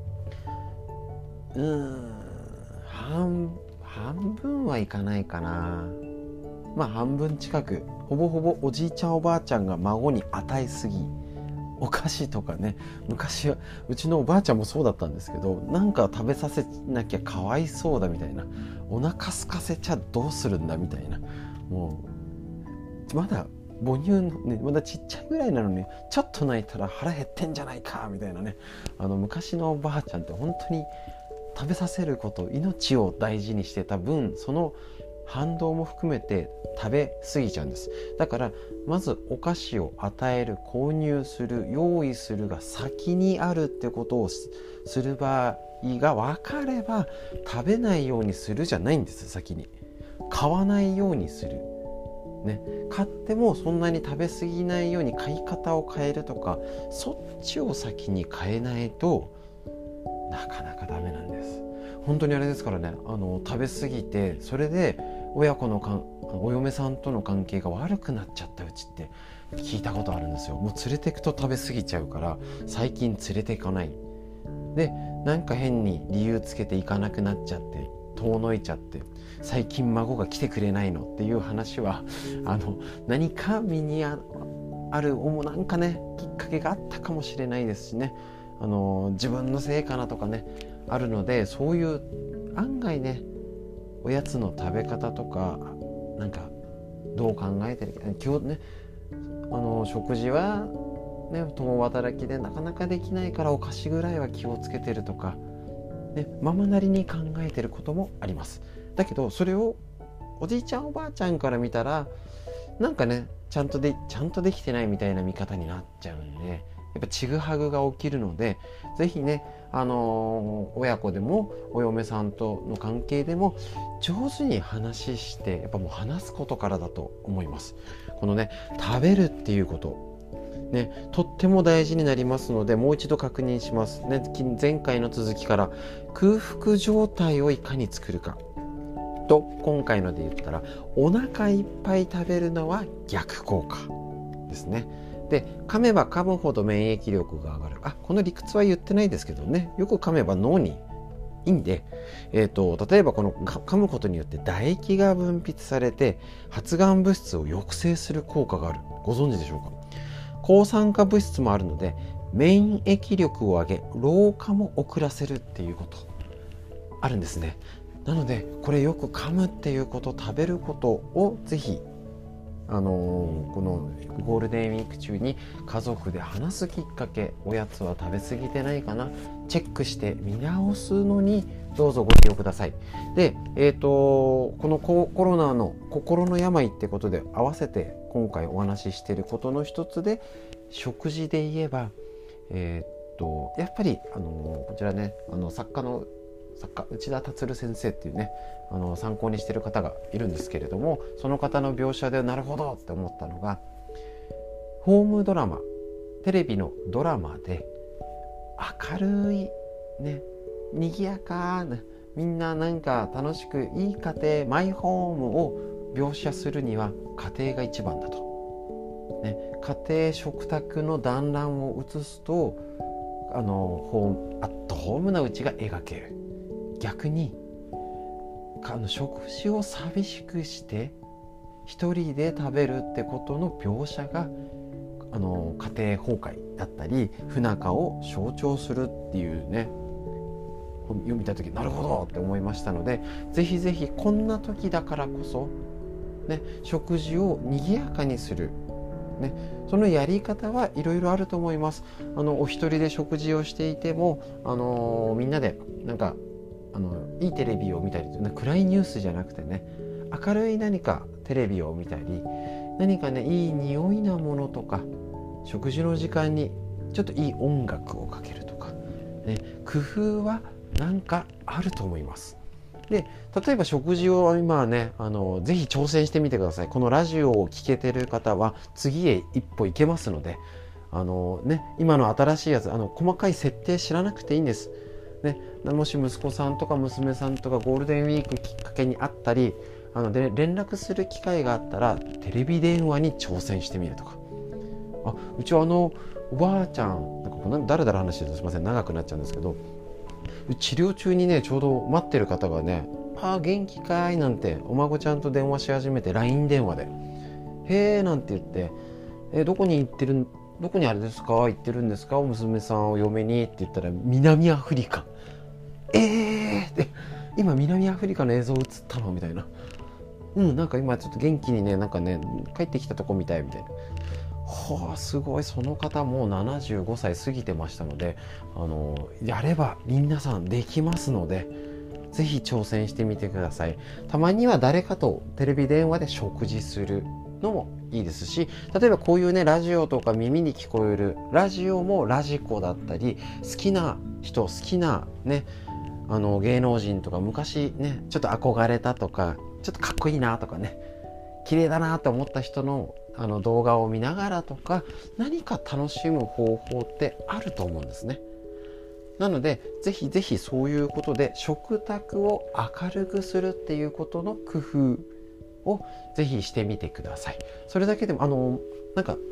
半分はいかないかな。半分近く、ほぼほぼおじいちゃんおばあちゃんが孫に与えすぎ。お菓子とかね、昔はうちのおばあちゃんもそうだったんですけど、なんか食べさせなきゃかわいそうだみたいな、お腹空かせちゃどうするんだみたいな、もうまだ母乳ね、まだちっちゃいぐらいなのにちょっと泣いたら腹減ってんじゃないかみたいなね。昔のおばあちゃんって本当に食べさせること、命を大事にしてた分、その反動も含めて食べ過ぎちゃうんです。だからまずお菓子を与える、購入する、用意するが先にあるってことをする場合が分かれば、食べないようにするじゃないんです。先に買わないようにするね。買ってもそんなに食べ過ぎないように買い方を変えるとか、そっちを先に変えないとなかなかダメなんです。本当にあれですからね、食べ過ぎてそれで親子のお嫁さんとの関係が悪くなっちゃったうちって聞いたことあるんですよ。もう連れてくと食べ過ぎちゃうから最近連れていかないで、なんか変に理由つけていかなくなっちゃって遠のいちゃって、最近孫が来てくれないのっていう話は何か身にあるなんかねきっかけがあったかもしれないですしね、自分のせいかなとかねあるので、そういう案外ねおやつの食べ方とかなんかどう考えてるか今日ね、食事はね共働きでなかなかできないからお菓子ぐらいは気をつけてるとか、ね、ママなりに考えてることもあります。だけどそれをおじいちゃんおばあちゃんから見たらなんかねちゃんとできてないみたいな見方になっちゃうんで、やっぱちぐはぐが起きるので、ぜひね親子でもお嫁さんとの関係でも上手に話して、やっぱもう話すことからだと思います。このね食べるっていうことね、とっても大事になりますので、もう一度確認しますね。前回の続きから、空腹状態をいかに作るかと、今回ので言ったらお腹いっぱい食べるのは逆効果ですね。で、噛めば噛むほど免疫力が上がる。この理屈は言ってないですけどね、よく噛めば脳にいいんで、例えばこの噛むことによって唾液が分泌されて発がん物質を抑制する効果がある。ご存知でしょうか。抗酸化物質もあるので免疫力を上げ、老化も遅らせるっていうことあるんですね。なのでこれよく噛むっていうこと、食べることをぜひこのゴールデンウィーク中に家族で話すきっかけ、おやつは食べ過ぎてないかな、チェックして見直すのにどうぞご利用ください。で、このコロナの心の病ってことで合わせて今回お話ししていることの一つで、食事で言えば、やっぱりこちらね作家内田達先生っていうね参考にしている方がいるんですけれども、その方の描写でなるほどって思ったのが、ホームドラマ、テレビのドラマで明るいね賑やかな、みんななんか楽しくいい家庭、マイホームを描写するには家庭が一番だと、ね、家庭食卓の団らんを映すとアットホームなうちが描ける。逆に食事を寂しくして一人で食べるってことの描写が家庭崩壊だったり不仲を象徴するっていうね、読みた時なるほどって思いましたので、ぜひぜひこんな時だからこそ、ね、食事を賑やかにするね、そのやり方はいろいろあると思います。お一人で食事をしていても、みんなでなんかいいテレビを見たり、暗いニュースじゃなくてね、明るい何かテレビを見たり、何かねいい匂いなものとか、食事の時間にちょっといい音楽をかけるとか、ね、工夫はなんかあると思います。で、例えば食事を今はねぜひ挑戦してみてください。このラジオを聞けてる方は次へ一歩行けますので、今の新しいやつ細かい設定知らなくていいんです、ね、もし息子さんとか娘さんとかゴールデンウィークきっかけにあったりで連絡する機会があったらテレビ電話に挑戦してみるとか、うちはおばあちゃんなんかだらだら話してるとすいません長くなっちゃうんですけど、治療中にねちょうど待ってる方がね元気かいなんてお孫ちゃんと電話し始めて LINE 電話でへーなんて言って、どこにあれですか行ってるんですかお娘さんを嫁にって言ったら南アフリカって今南アフリカの映像映ったのみたいな、なんか今ちょっと元気にねなんかね帰ってきたとこみたいみたいな、すごい。その方もう75歳過ぎてましたのでやれば皆さんできますのでぜひ挑戦してみてください。たまには誰かとテレビ電話で食事するのもいいですし、例えばこういうねラジオとか耳に聞こえるラジオもラジコだったり、好きな人好きなね芸能人とか昔ねちょっと憧れたとかちょっとかっこいいなとかね綺麗だなと思った人の動画を見ながらとか何か楽しむ方法ってあると思うんですね。なのでぜひぜひそういうことで食卓を明るくするっていうことの工夫をぜひしてみてください。それだけでもなんか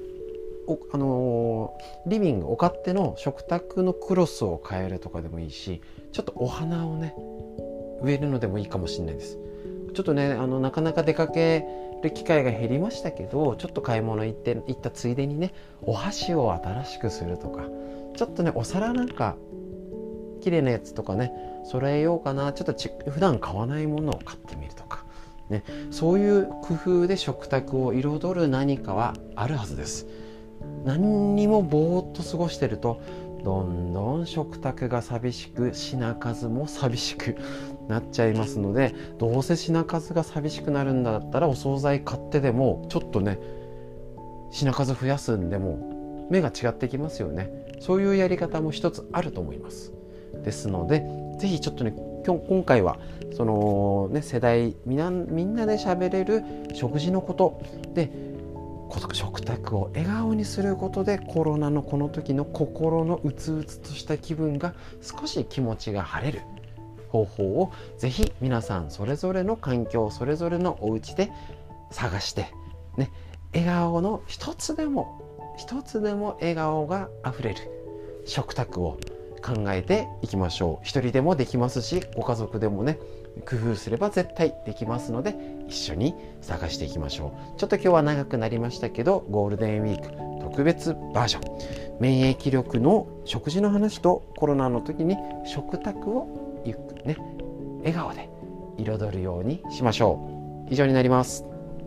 リビングお勝手の食卓のクロスを変えるとかでもいいし、ちょっとお花をね植えるのでもいいかもしれないです。ちょっとねなかなか出かける機会が減りましたけど、ちょっと買い物行ったついでにねお箸を新しくするとか、ちょっとねお皿なんか綺麗なやつとかね揃えようかな、ちょっと普段買わないものを買ってみるとかね、そういう工夫で食卓を彩る何かはあるはずです。何にもぼーっと過ごしてるとどんどん食卓が寂しく品数も寂しくなっちゃいますので、どうせ品数が寂しくなるんだったらお惣菜買ってでもちょっとね品数増やすんでも目が違ってきますよね。そういうやり方も一つあると思います。ですのでぜひちょっとね今回はそのね世代みんなで喋れる食事のことで食卓を笑顔にすることでコロナのこの時の心のうつうつとした気分が少し気持ちが晴れる方法をぜひ皆さんそれぞれの環境それぞれのお家で探してね、笑顔の一つでも笑顔があふれる食卓を考えていきましょう。一人でもできますしご家族でもね工夫すれば絶対できますので一緒に探していきましょう。ちょっと今日は長くなりましたけどゴールデンウィーク特別バージョン免疫力の食事の話とコロナの時に食卓を笑顔で彩るようにしましょう。以上になります。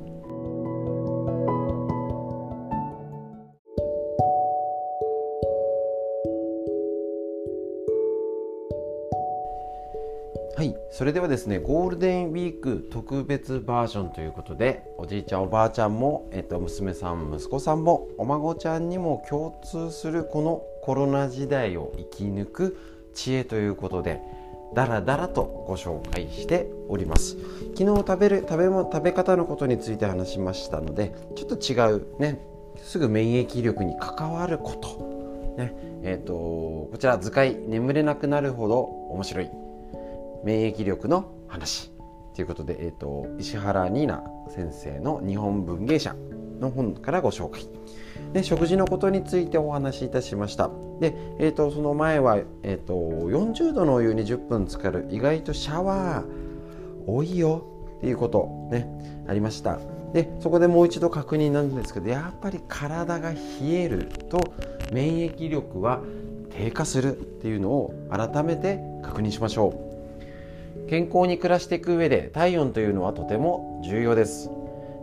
はい、それではですねゴールデンウィーク特別バージョンということでおじいちゃんおばあちゃんも、娘さん息子さんもお孫ちゃんにも共通するこのコロナ時代を生き抜く知恵ということでだらだらとご紹介しております。昨日食べ方のことについて話しましたのでちょっと違うねすぐ免疫力に関わることね、こちら図解眠れなくなるほど面白い免疫力の話ということで、石原ニーナ先生の日本文芸社の本からご紹介で食事のことについてお話しいたしました。で、その前は、40度のお湯に10分浸かる意外とシャワー多いよっていうことねありました。でそこでもう一度確認なんですけどやっぱり体が冷えると免疫力は低下するっていうのを改めて確認しましょう。健康に暮らしていく上で体温というのはとても重要です。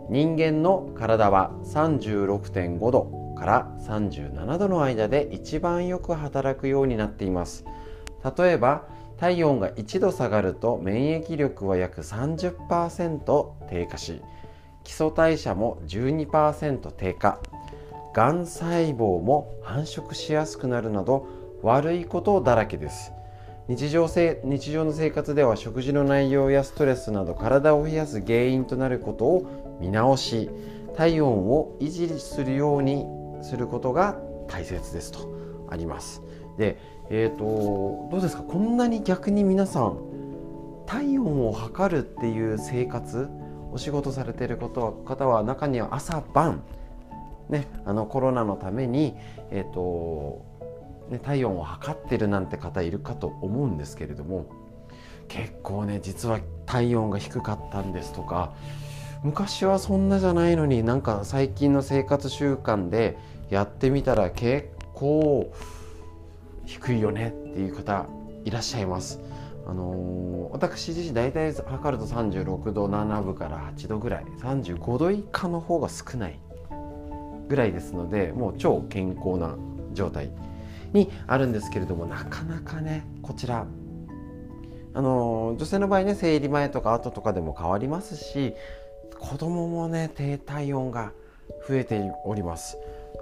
人間の体は36.5 度から37度の間で一番よく働くようになっています。例えば体温が1度下がると免疫力は約 30% 低下し、基礎代謝も 12% 低下、がん細胞も繁殖しやすくなるなど悪いことだらけです。日常の生活では食事の内容やストレスなど体を冷やす原因となることを見直し、体温を維持するようにすることが大切ですとあります。で、どうですか、こんなに逆に皆さん体温を測るっていう生活、お仕事されている方は中には朝晩ね、コロナのために、体温を測ってるなんて方いるかと思うんですけれども、結構ね実は体温が低かったんですとか、昔はそんなじゃないのになんか最近の生活習慣でやってみたら結構低いよねっていう方いらっしゃいます。私自身大体測ると36度7分から8度ぐらい、35度以下の方が少ないぐらいですので、もう超健康な状態にあるんですけれども、なかなかねこちら女性の場合ね、生理前とか後とかでも変わりますし、子供もね低体温が増えております。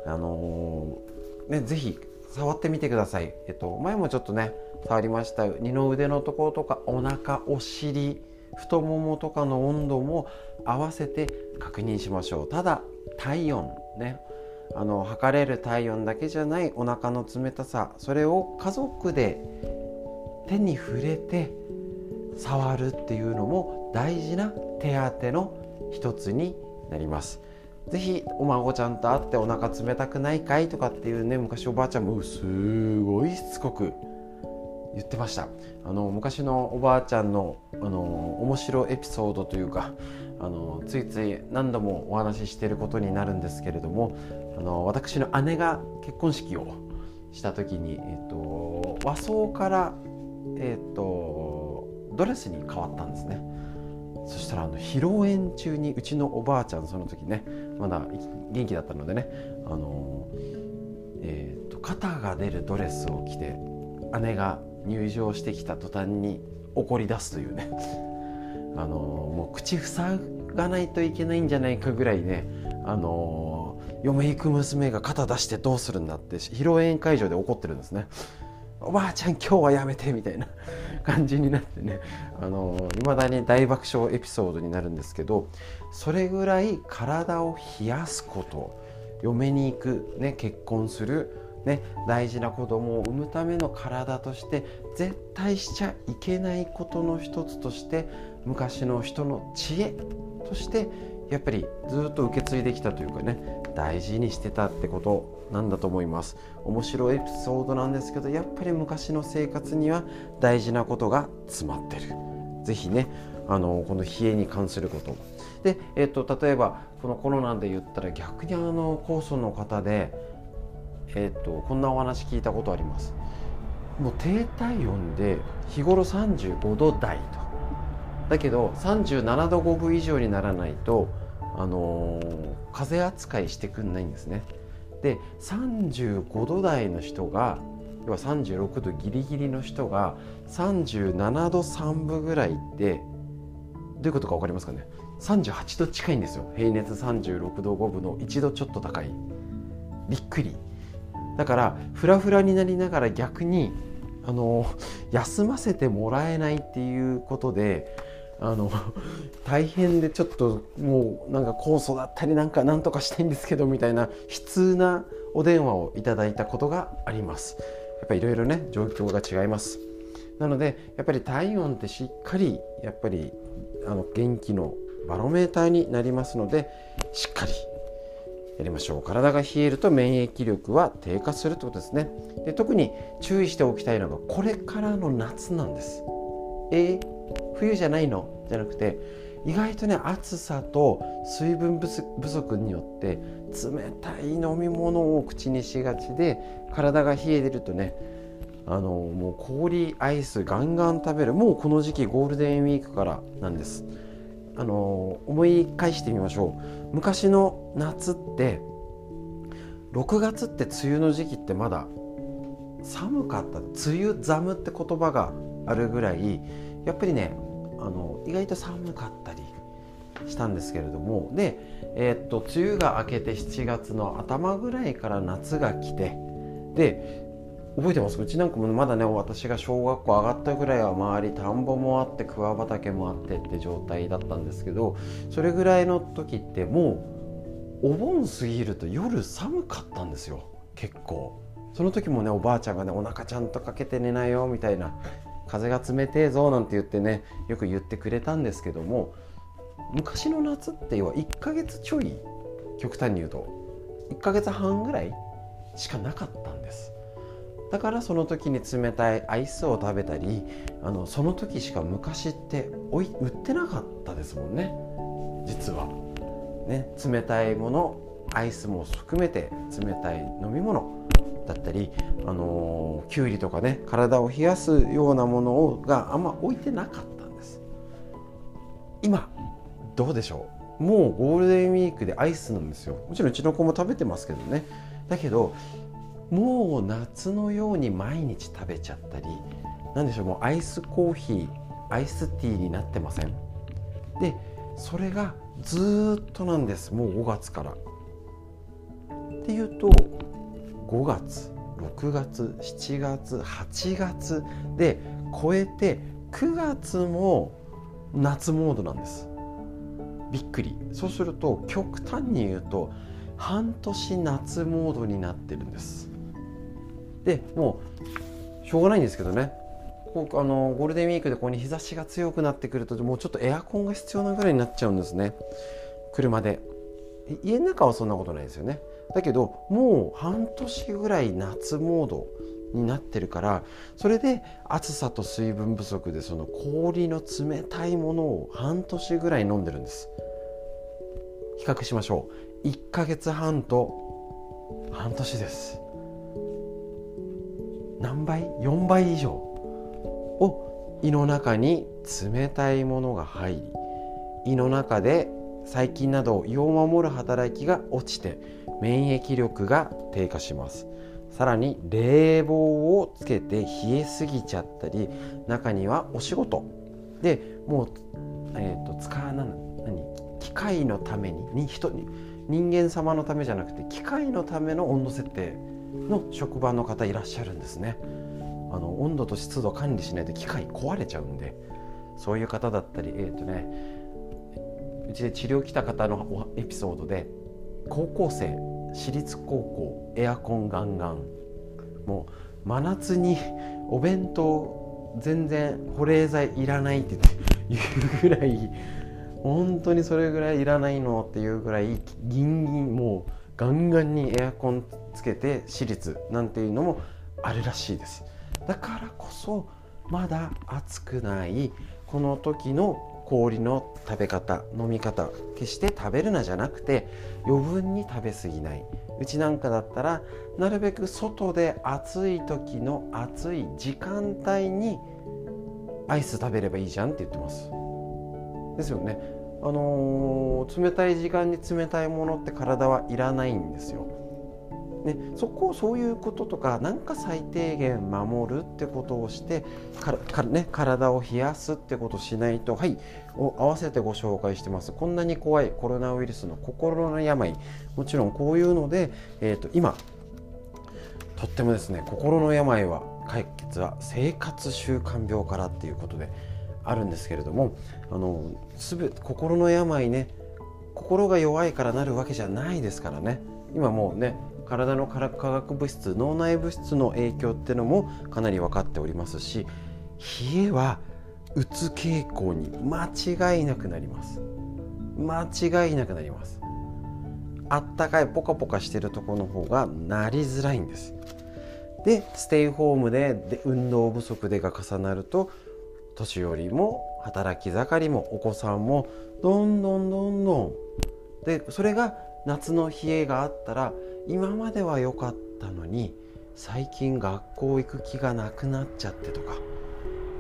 ぜひ触ってみてください。前もちょっとね触りました二の腕のところとかお腹、お尻、太ももとかの温度も合わせて確認しましょう。ただ体温ね、測れる体温だけじゃないお腹の冷たさ、それを家族で手に触れて触るっていうのも大事な手当の一つになります。ぜひお孫ちゃんと会ってお腹冷たくないかいとかっていうね、昔おばあちゃんもすごいしつこく言ってました。昔のおばあちゃんの、面白いエピソードというか、ついつい何度もお話ししていることになるんですけれども、私の姉が結婚式をした時に、和装から、ドレスに変わったんですね。そしたら披露宴中にうちのおばあちゃん、その時ねまだ元気だったのでね、肩が出るドレスを着て姉が入場してきた途端に怒り出すというねもう口塞がないといけないんじゃないかぐらいね、嫁行く娘が肩出してどうするんだって披露宴会場で怒ってるんですね。おばあちゃん今日はやめてみたいな感じになってね、未だに大爆笑エピソードになるんですけど、それぐらい体を冷やすこと、嫁に行く、ね、結婚する、ね、大事な子供を産むための体として絶対しちゃいけないことの一つとして、昔の人の知恵としてやっぱりずっと受け継いできたというかね、大事にしてたってことなんだと思います。面白いエピソードなんですけど、やっぱり昔の生活には大事なことが詰まってる。ぜひねこの冷えに関することで、例えばこのコロナで言ったら逆に酵素の方で、こんなお話聞いたことあります。もう低体温で日頃35度台と、だけど37度5分以上にならないと風邪扱いしてくんないんですね。で35度台の人が、要は36度ギリギリの人が37度3分ぐらいってどういうことか分かりますかね。38度近いんですよ。平熱36度5分の1度ちょっと高い。びっくり。だからフラフラになりながら逆に休ませてもらえないっていうことで大変で、ちょっともうなんか酵素だったりなんとかしたいんですけどみたいな悲痛なお電話をいただいたことがあります。やっぱりいろいろね状況が違います。なのでやっぱり体温ってしっかりやっぱり元気のバロメーターになりますので、しっかりやりましょう。体が冷えると免疫力は低下するということですね。で特に注意しておきたいのがこれからの夏なんです。冬じゃないのじゃなくて、意外とね暑さと水分不足によって冷たい飲み物を口にしがちで、体が冷えてるとねもう氷アイスガンガン食べる。もうこの時期ゴールデンウィークからなんです。 思い返してみましょう。昔の夏って6月って梅雨の時期ってまだ寒かった、梅雨寒って言葉があるぐらいやっぱりね意外と寒かったりしたんですけれども、で、梅雨が明けて7月の頭ぐらいから夏が来て、で覚えてます？うちなんかもまだね、私が小学校上がったぐらいは周り田んぼもあって桑畑もあってって状態だったんですけど、それぐらいの時ってもうお盆過ぎると夜寒かったんですよ。結構その時もね、おばあちゃんがね、お腹ちゃんとかけて寝なよみたいな、風が冷てえぞなんて言ってね、よく言ってくれたんですけども、昔の夏って要は1ヶ月ちょい、極端に言うと1ヶ月半ぐらいしかなかったんです。だからその時に冷たいアイスを食べたり、その時しか昔って売ってなかったですもんね、実はね。冷たいもの、アイスも含めて冷たい飲み物だったり、きゅうりとかね、体を冷やすようなものがあんま置いてなかったんです。今どうでしょう？もうゴールデンウィークでアイスなんですよ。もちろんうちの子も食べてますけどね。だけどもう夏のように毎日食べちゃったり、なんでしょう、もうアイスコーヒー、アイスティーになってません？でそれがずっとなんです。もう5月からっていうと、5月、6月、7月、8月で超えて9月も夏モードなんです。びっくり。そうすると極端に言うと半年夏モードになってるんです。でもうしょうがないんですけどね、ゴールデンウィークでここに日差しが強くなってくると、もうちょっとエアコンが必要なぐらいになっちゃうんですね。車で。家の中はそんなことないですよね。だけどもう半年ぐらい夏モードになってるから、それで暑さと水分不足でその氷の冷たいものを半年ぐらい飲んでるんです。比較しましょう。1ヶ月半と半年です。何倍？4倍以上を胃の中に冷たいものが入り、胃の中で細菌などを胃を守る働きが落ちて免疫力が低下します。さらに冷房をつけて冷えすぎちゃったり、中にはお仕事でもう、機械のために人間様のためじゃなくて機械のための温度設定の職場の方いらっしゃるんですね。温度と湿度管理しないと機械壊れちゃうんで、そういう方だったり、うちで治療来た方のエピソードで、高校生、私立高校、エアコンガンガン、もう真夏にお弁当全然保冷剤いらないって言うぐらい、本当にそれぐらいいらないのっていうぐらいギンギン、もうガンガンにエアコンつけて私立なんていうのもあるらしいです。だからこそまだ暑くないこの時の氷の食べ方、飲み方、決して食べるなじゃなくて余分に食べ過ぎない。うちなんかだったらなるべく外で暑い時の暑い時間帯にアイス食べればいいじゃんって言ってます。ですよね。冷たい時間に冷たいものって体はいらないんですよ。ね、そういうこととか、なんか最低限守るってことをして体を冷やすってことをしないと、合わせてご紹介してます。こんなに怖いコロナウイルスの心の病、もちろんこういうので、今とってもですね、心の病は解決は生活習慣病からっていうことであるんですけれども、心の病ね、心が弱いからなるわけじゃないですからね。今もうね、体の化学物質、脳内物質の影響っていうのもかなり分かっておりますし、冷えはうつ傾向に間違いなくなります。間違いなくなります。あったかいポカポカしてるところの方がなりづらいんです。でステイホームで運動不足でが重なると、年寄りも働き盛りもお子さんもどんどんで、それが夏の冷えがあったら、今までは良かったのに最近学校行く気がなくなっちゃってとか、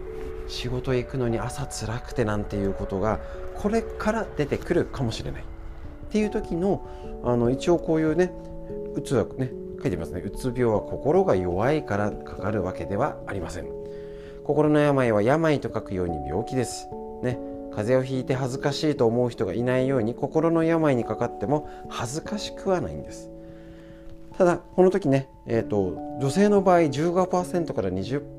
仕事へ行くのに朝辛くてなんていうことがこれから出てくるかもしれないっていう時の、一応こういうね、うつはね書いてますね。うつ病は心が弱いからかかるわけではありません。心の病は病と書くように病気ですね。風邪をひいて恥ずかしいと思う人がいないように、心の病にかかっても恥ずかしくはないんです。ただこの時ね、女性の場合 15% から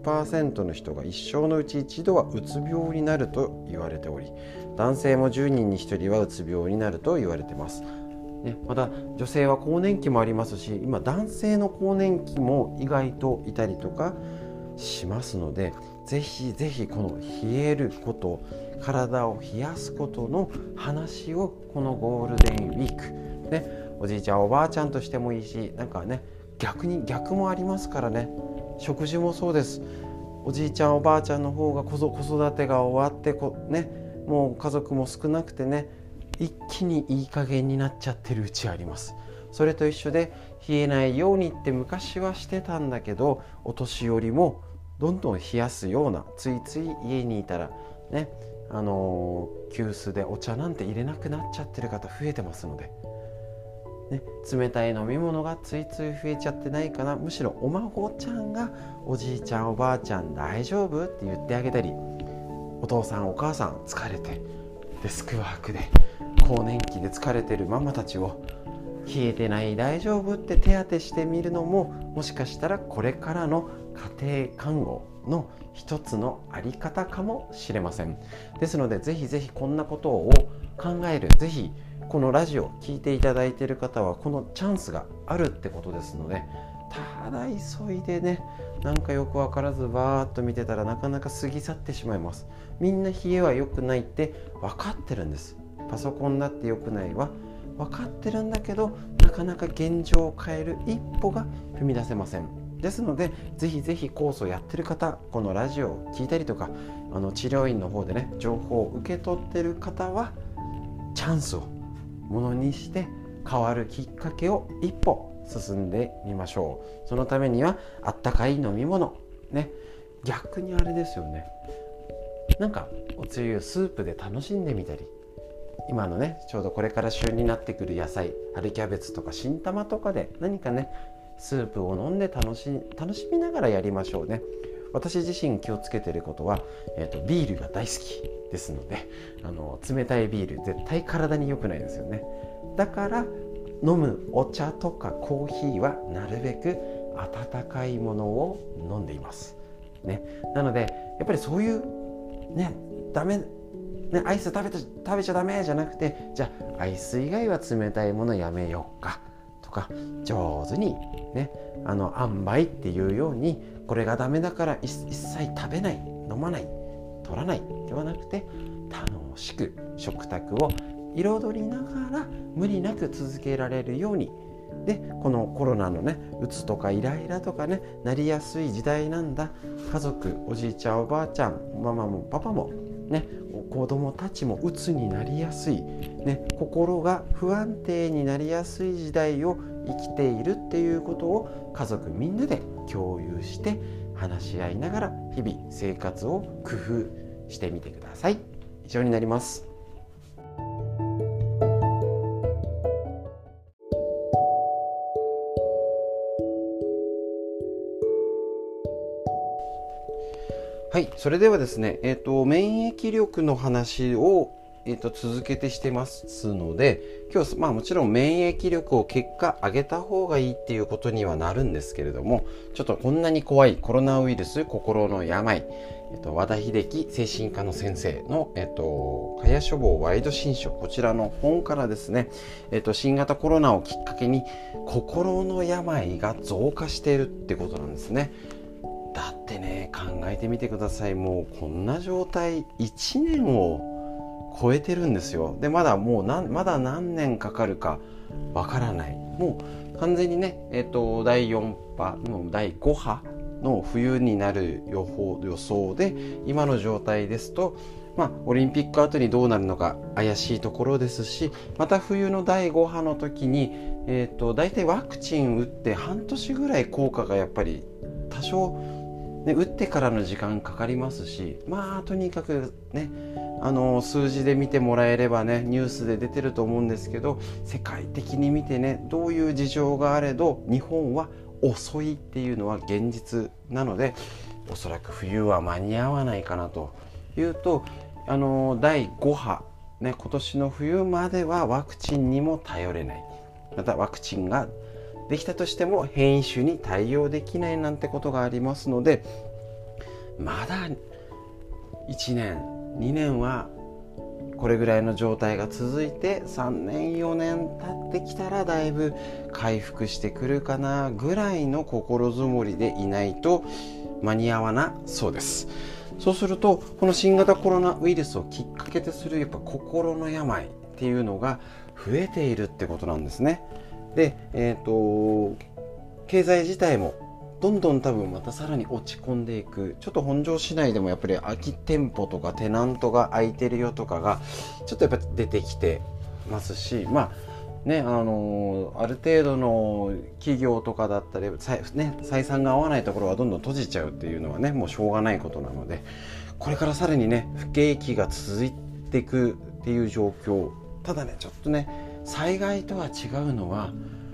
20% の人が一生のうち一度はうつ病になると言われており、男性も10人に1人はうつ病になると言われています、ね。また女性は更年期もありますし、今男性の更年期も意外といたりとかしますので、ぜひぜひこの冷えること、体を冷やすことの話をこのゴールデンウィークね、おじいちゃんおばあちゃんとしてもいいし、なんかね、逆もありますからね。食事もそうです。おじいちゃんおばあちゃんの方が子育てが終わってもう家族も少なくてね、一気にいい加減になっちゃってるうちあります。それと一緒で、冷えないようにって昔はしてたんだけど、お年寄りもどんどん冷やすような、ついつい家にいたらね、急須でお茶なんて入れなくなっちゃってる方増えてますので、ね、冷たい飲み物がついつい増えちゃってないかな。むしろお孫ちゃんがおじいちゃんおばあちゃん大丈夫って言ってあげたり、お父さんお母さん疲れてデスクワークで更年期で疲れてるママたちを冷えてない大丈夫って手当てしてみるのも、もしかしたらこれからの家庭看護の一つのあり方かもしれません。ですのでぜひぜひこんなことを考える、ぜひこのラジオを聞いていただいている方はこのチャンスがあるってことですので、ただ急いでね、なんかよく分からずバーッと見てたらなかなか過ぎ去ってしまいます。みんな冷えは良くないって分かってるんです。パソコンだって良くないは分かってるんだけど、なかなか現状を変える一歩が踏み出せません。ですのでぜひぜひコースをやってる方、このラジオを聞いたりとか、治療院の方でね情報を受け取ってる方はチャンスをものにして変わるきっかけを一歩進んでみましょう。そのためにはあったかい飲み物ね、逆にあれですよね、なんかおつゆスープで楽しんでみたり、今のねちょうどこれから旬になってくる野菜、春キャベツとか新玉とかで何かねスープを飲んで楽しみながらやりましょうね。私自身気をつけていることは、ビールが大好きですので、冷たいビール絶対体に良くないですよね。だから飲むお茶とかコーヒーはなるべく温かいものを飲んでいます、ね。なのでやっぱりそういうね、ダメね、アイス食べちゃダメじゃなくて、じゃあアイス以外は冷たいものやめようかとか、上手にね、塩梅っていうように、これがダメだから一切食べない、飲まない、取らないではなくて、楽しく食卓を彩りながら無理なく続けられるように。でこのコロナのね、うつとかイライラとかねなりやすい時代なんだ。家族、おじいちゃんおばあちゃん、ママもパパもね、子供たちもうつになりやすい、ね、心が不安定になりやすい時代を生きているっていうことを家族みんなで共有して話し合いながら日々生活を工夫してみてください。以上になります。はい、それではですね、免疫力の話を、続けてしてますので、今日もちろん免疫力を結果上げた方がいいっていうことにはなるんですけれども、ちょっとこんなに怖いコロナウイルス心の病、和田秀樹精神科の先生の、蚊帳処方ワイド新書、こちらの本からですね、新型コロナをきっかけに心の病が増加しているってことなんですね。だってね、考えてみてください。もうこんな状態1年を超えてるんですよ。でまだ何年かかるかわからない。もう完全にね、第4波の第5波の冬になる予想で、今の状態ですと、オリンピック後にどうなるのか怪しいところですし、また冬の第5波の時に、だいたいワクチン打って半年ぐらい効果がやっぱり多少で打ってからの時間かかりますし、とにかくね、数字で見てもらえればね、ニュースで出てると思うんですけど、世界的に見てね、どういう事情があれど日本は遅いっていうのは現実なので、おそらく冬は間に合わないかなというと、第5波、ね、今年の冬まではワクチンにも頼れない、またワクチンができたとしても変異種に対応できないなんてことがありますので、まだ1年2年はこれぐらいの状態が続いて、3年4年経ってきたらだいぶ回復してくるかなぐらいの心づもりでいないと間に合わなそうです。そうすると、この新型コロナウイルスをきっかけとするやっぱ心の病っていうのが増えているってことなんですね。で、経済自体もどんどん多分またさらに落ち込んでいく。ちょっと本庄市内でもやっぱり空き店舗とかテナントが空いてるよとかがちょっとやっぱ出てきてますし、ある程度の企業とかだったり、採算が合わないところはどんどん閉じちゃうっていうのはね、もうしょうがないことなので、これからさらにね不景気が続いていくっていう状況。ただね、ちょっとね、災害とは違うのは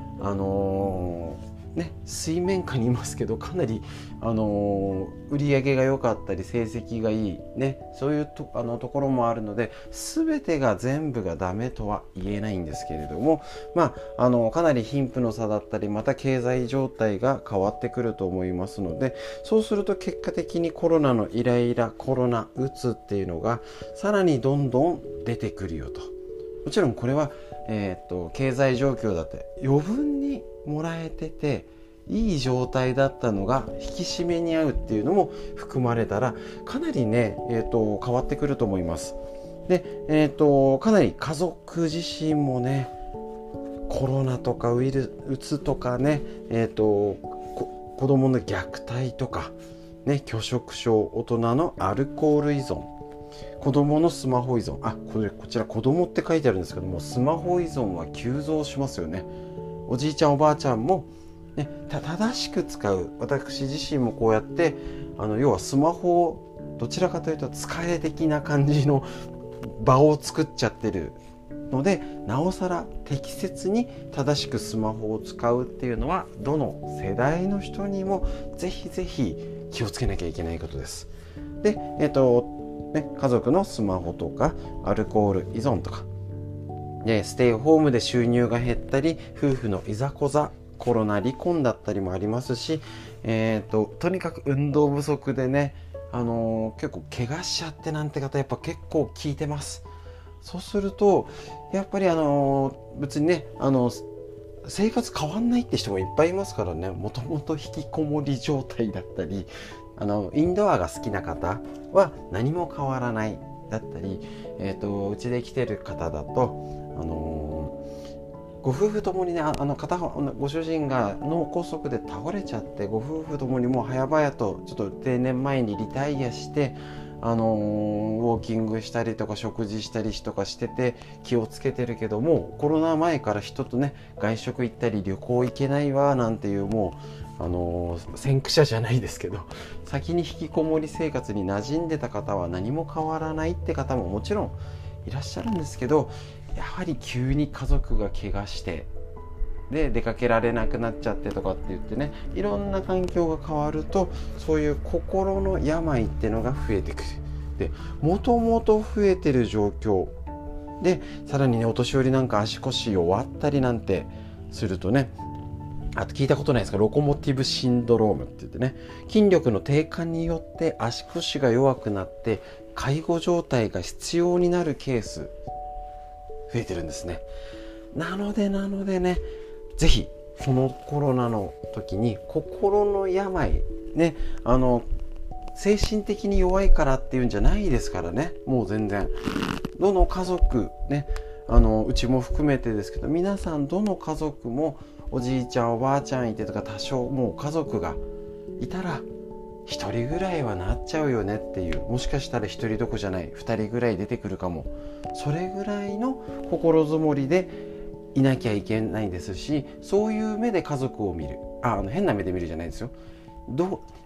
水面下にいますけど、かなり、売り上げが良かったり成績がいい、そういうところもあるので、全てが全部がダメとは言えないんですけれども、かなり貧富の差だったり、また経済状態が変わってくると思いますので、そうすると結果的にコロナのイライラ、コロナうつっていうのがさらにどんどん出てくるよと。もちろんこれは、経済状況だって余分にもらえてていい状態だったのが引き締めに合うっていうのも含まれたら、かなりね、変わってくると思います。で、かなり家族自身もね、コロナとかウイルスとかね、子供の虐待とか、拒食症、大人のアルコール依存、子供のスマホ依存、こちら子供って書いてあるんですけども、スマホ依存は急増しますよね。おじいちゃんおばあちゃんも、正しく使う。私自身もこうやって要はスマホをどちらかというと疲れ的な感じの場を作っちゃってるので、なおさら適切に正しくスマホを使うっていうのはどの世代の人にもぜひぜひ気をつけなきゃいけないことです。で、家族のスマホとかアルコール依存とかで、ステイホームで収入が減ったり、夫婦のいざこざ、コロナ離婚だったりもありますし、とにかく運動不足でね、結構怪我しちゃってなんて方やっぱ結構聞いてます。そうするとやっぱり別にね生活変わんないって人もいっぱいいますからね。もともと引きこもり状態だったり、インドアが好きな方は何も変わらないだったり、うちで来てる方だとご夫婦ともにね、片方ご主人が脳梗塞で倒れちゃって、ご夫婦ともにもう早々とちょっと定年前にリタイアして、ウォーキングしたりとか食事したりとかしてて気をつけてるけども、コロナ前から人とね外食行ったり旅行行けないわなんていう、もう先駆者じゃないですけど、先に引きこもり生活に馴染んでた方は何も変わらないって方ももちろんいらっしゃるんですけど、やはり急に家族が怪我してで出かけられなくなっちゃってとかって言ってね、いろんな環境が変わるとそういう心の病っていうのが増えてくる。で、もともと増えてる状況で、さらにねお年寄りなんか足腰弱ったりなんてするとね、あと聞いたことないですか、ロコモティブシンドロームって言ってね、筋力の低下によって足腰が弱くなって介護状態が必要になるケース増えてるんですね。なのでね、ぜひこのコロナの時に心の病ね、精神的に弱いからっていうんじゃないですからね。もう全然どの家族ね、うちも含めてですけど、皆さんどの家族もおじいちゃんおばあちゃんいてとか、多少もう家族がいたら一人ぐらいはなっちゃうよねっていう、もしかしたら一人どこじゃない二人ぐらい出てくるかも、それぐらいの心づもりでいなきゃいけないですし、そういう目で家族を見る、変な目で見るじゃないですよ。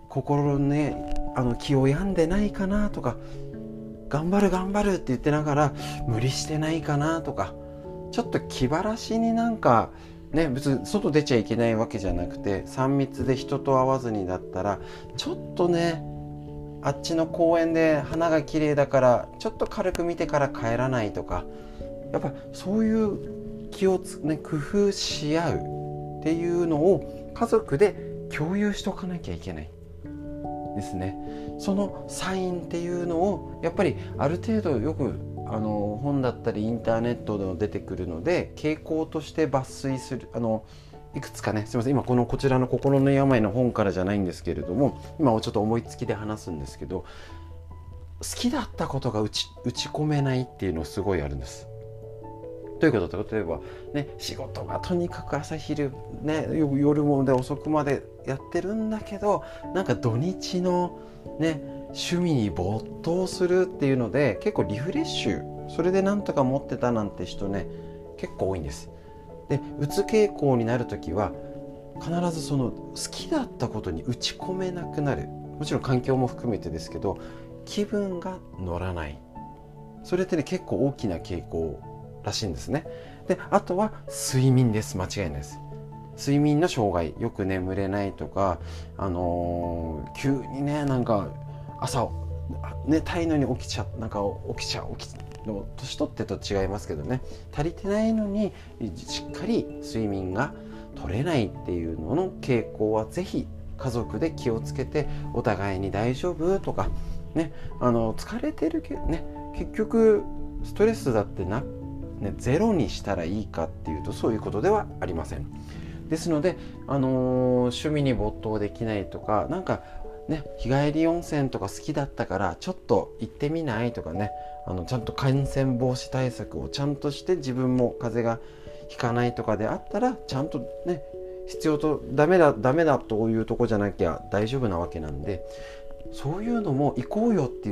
心のね気を病んでないかなとか、頑張る頑張るって言ってながら無理してないかなとか、ちょっと気晴らしになんかね、別に外出ちゃいけないわけじゃなくて、3密で人と会わずにだったらちょっとね、あっちの公園で花が綺麗だからちょっと軽く見てから帰らないとか、やっぱそういう気を工夫し合うっていうのを家族で共有しとかなきゃいけないですね。そのサインっていうのをやっぱりある程度よく本だったりインターネットでも出てくるので、傾向として抜粋するいくつかね、すいません、今こちらの心の病の本からじゃないんですけれども、今ちょっと思いつきで話すんですけど、好きだったことが打ち込めないっていうのすごいあるんです。ということで、例えばね、仕事がとにかく朝昼ね、夜もで遅くまでやってるんだけど、なんか土日のね趣味に没頭するっていうので結構リフレッシュ、それでなんとか持ってたなんて人ね結構多いんです。で、うつ傾向になるときは必ずその好きだったことに打ち込めなくなる。もちろん環境も含めてですけど、気分が乗らない、それってね結構大きな傾向らしいんですね。で、あとは睡眠です。間違いないです。睡眠の障害、よく眠れないとか、急にねなんか朝寝たいのに起きちゃう、年取ってと違いますけどね、足りてないのにしっかり睡眠が取れないっていうのの傾向はぜひ家族で気をつけて、お互いに大丈夫とかね、疲れてるけどね、結局ストレスだってゼロにしたらいいかっていうとそういうことではありません。ですので、趣味に没頭できないとか、なんかね、日帰り温泉とか好きだったからちょっと行ってみないとかね、ちゃんと感染防止対策をちゃんとして自分も風邪がひかないとかであったら、ちゃんとね必要とダメだというとこじゃなきゃ大丈夫なわけなんで、そういうのも行こうよって言って、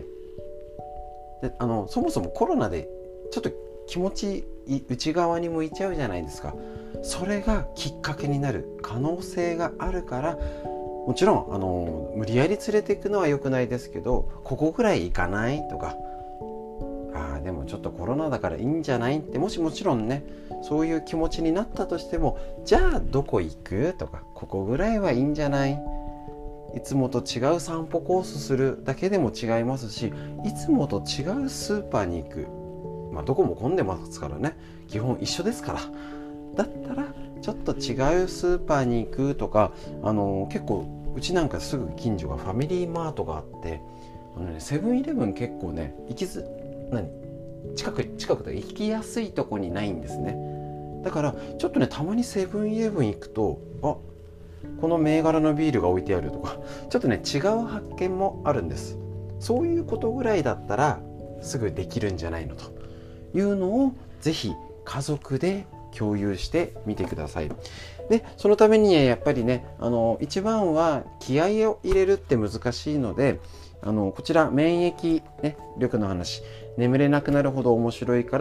でそもそもコロナでちょっと気持ち内側に向いちゃうじゃないですか。それがきっかけになる可能性があるから、もちろん無理やり連れていくのは良くないですけど、ここぐらい行かないとか、でもちょっとコロナだからいいんじゃないって、もちろんねそういう気持ちになったとしても、じゃあどこ行くとか、ここぐらいはいいんじゃない、いつもと違う散歩コースするだけでも違いますし、いつもと違うスーパーに行く、どこも混んでますからね、基本一緒ですから、だったらちょっと違うスーパーに行くとか、結構うちなんかすぐ近所がファミリーマートがあって、セブンイレブン結構ね近くで行きやすいとこにないんですね。だからちょっとねたまにセブンイレブン行くと、この銘柄のビールが置いてあるとか、ちょっとね違う発見もあるんです。そういうことぐらいだったらすぐできるんじゃないのというのをぜひ家族で共有してみてください。で、そのためにやっぱりね一番は気合を入れるって難しいので、こちら免疫、力の話、眠れなくなるほど面白い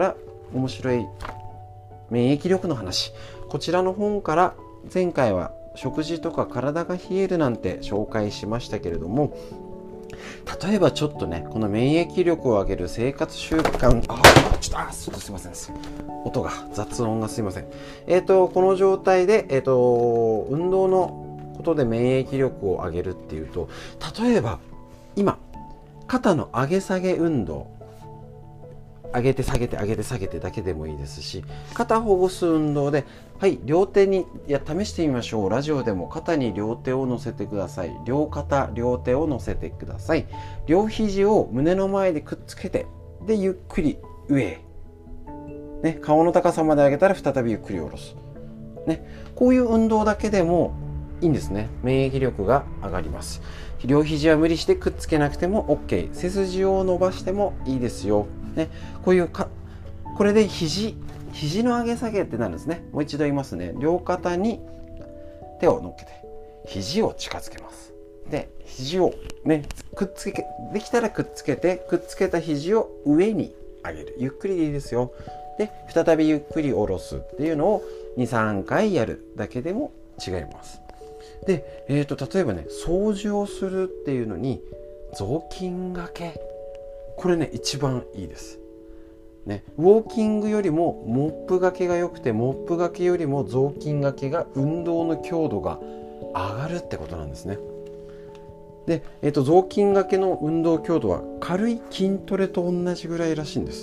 免疫力の話、こちらの本から前回は食事とか体が冷えるなんて紹介しましたけれども、例えばちょっとねこの免疫力を上げる生活習慣、すいません、音が雑音がすいません。この状態で、運動のことで免疫力を上げるっていうと、例えば今肩の上げ下げ運動、上げて下げて上げて下げてだけでもいいですし、肩ほぐす運動で、両手に試してみましょう。ラジオでも肩に両手を乗せてください。両肩両手を乗せてください。両肘を胸の前でくっつけて、でゆっくり上へ、顔の高さまで上げたら再びゆっくり下ろす、こういう運動だけでもいいんですね。免疫力が上がります。両肘は無理してくっつけなくても OK、 背筋を伸ばしてもいいですよ、これで肘の上げ下げってなるんですね。もう一度言いますね。両肩に手を乗っけて肘を近づけます。で、肘をくっつけ、できたらくっつけて、くっつけた肘を上に上げる。ゆっくりでいいですよ。で、再びゆっくり下ろすっていうのを 2,3 回やるだけでも違います。 で、例えばね、掃除をするっていうのに雑巾がけ、これね一番いいですね。ウォーキングよりもモップがけが良くて、モップがけよりも雑巾がけが運動の強度が上がるってことなんですね。で、雑巾がけの運動強度は軽い筋トレと同じぐらいらしいんです。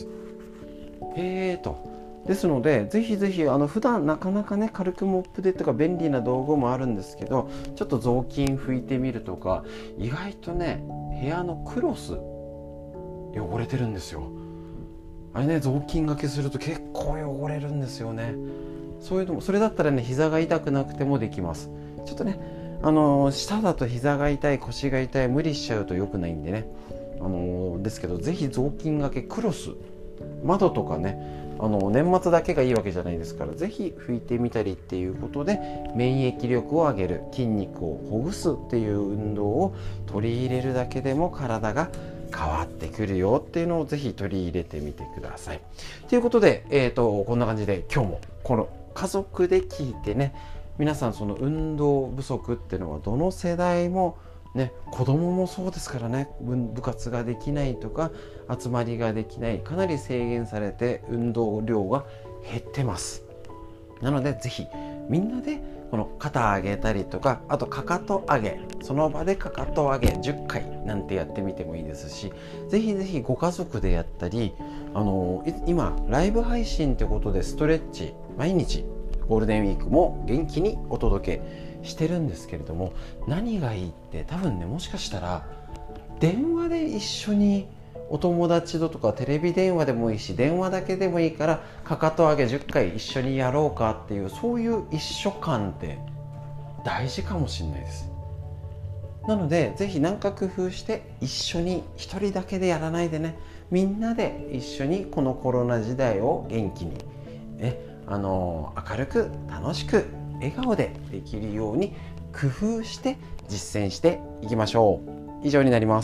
ですので、ぜひぜひ普段なかなかね、軽くモップでとか便利な道具もあるんですけど、ちょっと雑巾拭いてみるとか、意外とね、部屋のクロス汚れてるんですよ。あれね、雑巾がけすると結構汚れるんですよね。そういうのも、それだったらね、膝が痛くなくてもできます。ちょっとね、下だと膝が痛い、腰が痛い、無理しちゃうと良くないんでね、ですけど、ぜひ雑巾がけ、クロス、窓とかね、年末だけがいいわけじゃないですから、ぜひ拭いてみたりっていうことで免疫力を上げる、筋肉をほぐすっていう運動を取り入れるだけでも体が変わってくるよっていうのをぜひ取り入れてみてください。ということで、こんな感じで今日もこの家族で聞いてね、皆さんその運動不足っていうのはどの世代もね、子供もそうですからね、部活ができないとか集まりができない、かなり制限されて運動量が減ってます。なのでぜひみんなでこの肩上げたりとか、あとかかと上げ、その場でかかと上げ10回なんてやってみてもいいですし、ぜひぜひご家族でやったり、今ライブ配信ってことでストレッチ毎日ゴールデンウィークも元気にお届けしてるんですけれども、何がいいって、多分ね、もしかしたら電話で一緒にお友達とかテレビ電話でもいいし、電話だけでもいいからかかと上げ10回一緒にやろうかっていう、そういう一緒感って大事かもしれないです。なのでぜひ何か工夫して一緒に、一人だけでやらないでね、みんなで一緒にこのコロナ時代を元気にね、明るく楽しく笑顔でできるように工夫して実践していきましょう。以上になります。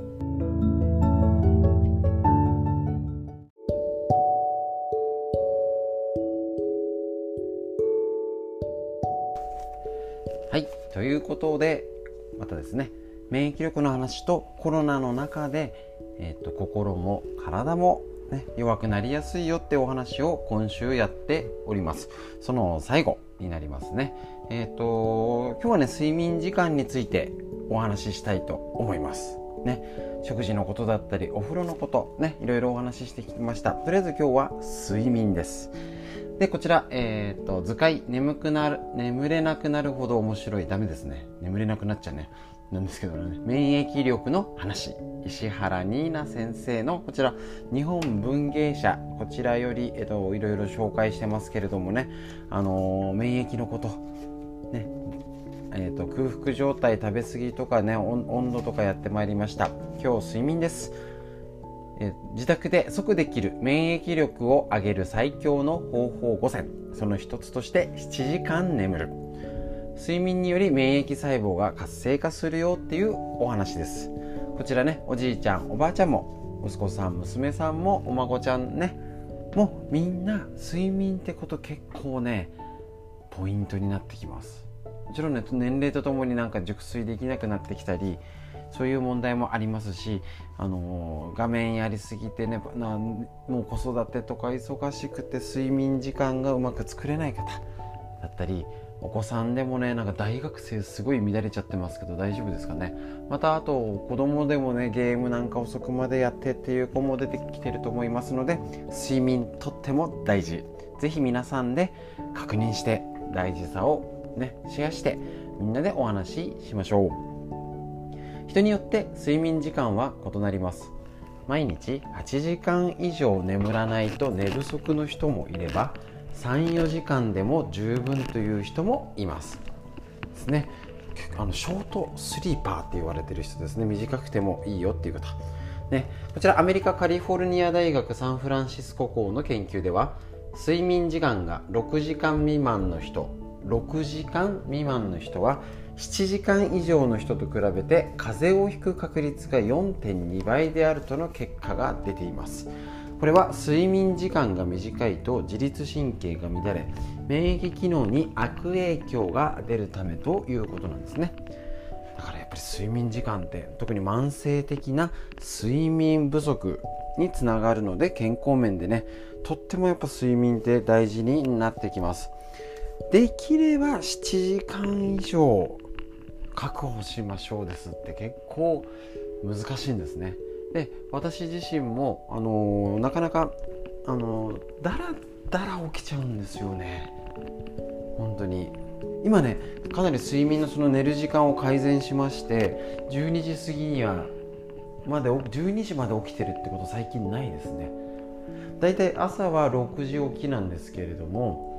はい、ということでまたですね、免疫力の話とコロナの中で、心も体も弱くなりやすいよってお話を今週やっております。その最後になりますね。今日はね、睡眠時間についてお話ししたいと思いますね。食事のことだったりお風呂のことね、いろいろお話ししてきました。とりあえず今日は睡眠です。で、こちら、図解、眠れなくなるほど面白い、ダメですね、眠れなくなっちゃうね、なんですけどね、免疫力の話、石原ニーナ先生のこちら日本文芸社、こちらより、いろいろ紹介してますけれどもね、免疫のことね、空腹状態、食べ過ぎとかね、温度とかやってまいりました。今日睡眠です。自宅で即できる免疫力を上げる最強の方法5選、その一つとして7時間眠る。睡眠により免疫細胞が活性化するよっていうお話です。こちらね、おじいちゃんおばあちゃんも息子さん娘さんもお孫ちゃんね、もうみんな睡眠ってこと結構ねポイントになってきます。もちろんね、年齢とともになんか熟睡できなくなってきたり、そういう問題もありますし、画面やりすぎてね、もう子育てとか忙しくて睡眠時間がうまく作れない方だったり、お子さんでもね、なんか大学生すごい乱れちゃってますけど大丈夫ですかね。またあと子供でもね、ゲームなんか遅くまでやってっていう子も出てきてると思いますので、睡眠とっても大事。ぜひ皆さんで確認して大事さをねシェアしてみんなでお話ししましょう。人によって睡眠時間は異なります。毎日8時間以上眠らないと寝不足の人もいれば、3、4時間でも十分という人もいますですね。ショートスリーパーって言われてる人ですね。短くてもいいよっていう方ね。こちらアメリカカリフォルニア大学サンフランシスコ校の研究では、睡眠時間が6時間未満の人は7時間以上の人と比べて風邪をひく確率が 4.2 倍であるとの結果が出ています。 これは睡眠時間が短いと自律神経が乱れ、免疫機能に悪影響が出るためということなんですね。だからやっぱり睡眠時間って、特に慢性的な睡眠不足につながるので、健康面でね、とってもやっぱ睡眠って大事になってきます。できれば7時間以上確保しましょうですって結構難しいんですね。で、私自身も、なかなか、だらだら起きちゃうんですよね。本当に今ね、かなり睡眠のその寝る時間を改善しまして、12時過ぎには12時まで起きてるってこと最近ないですね。だいたい朝は6時起きなんですけれども、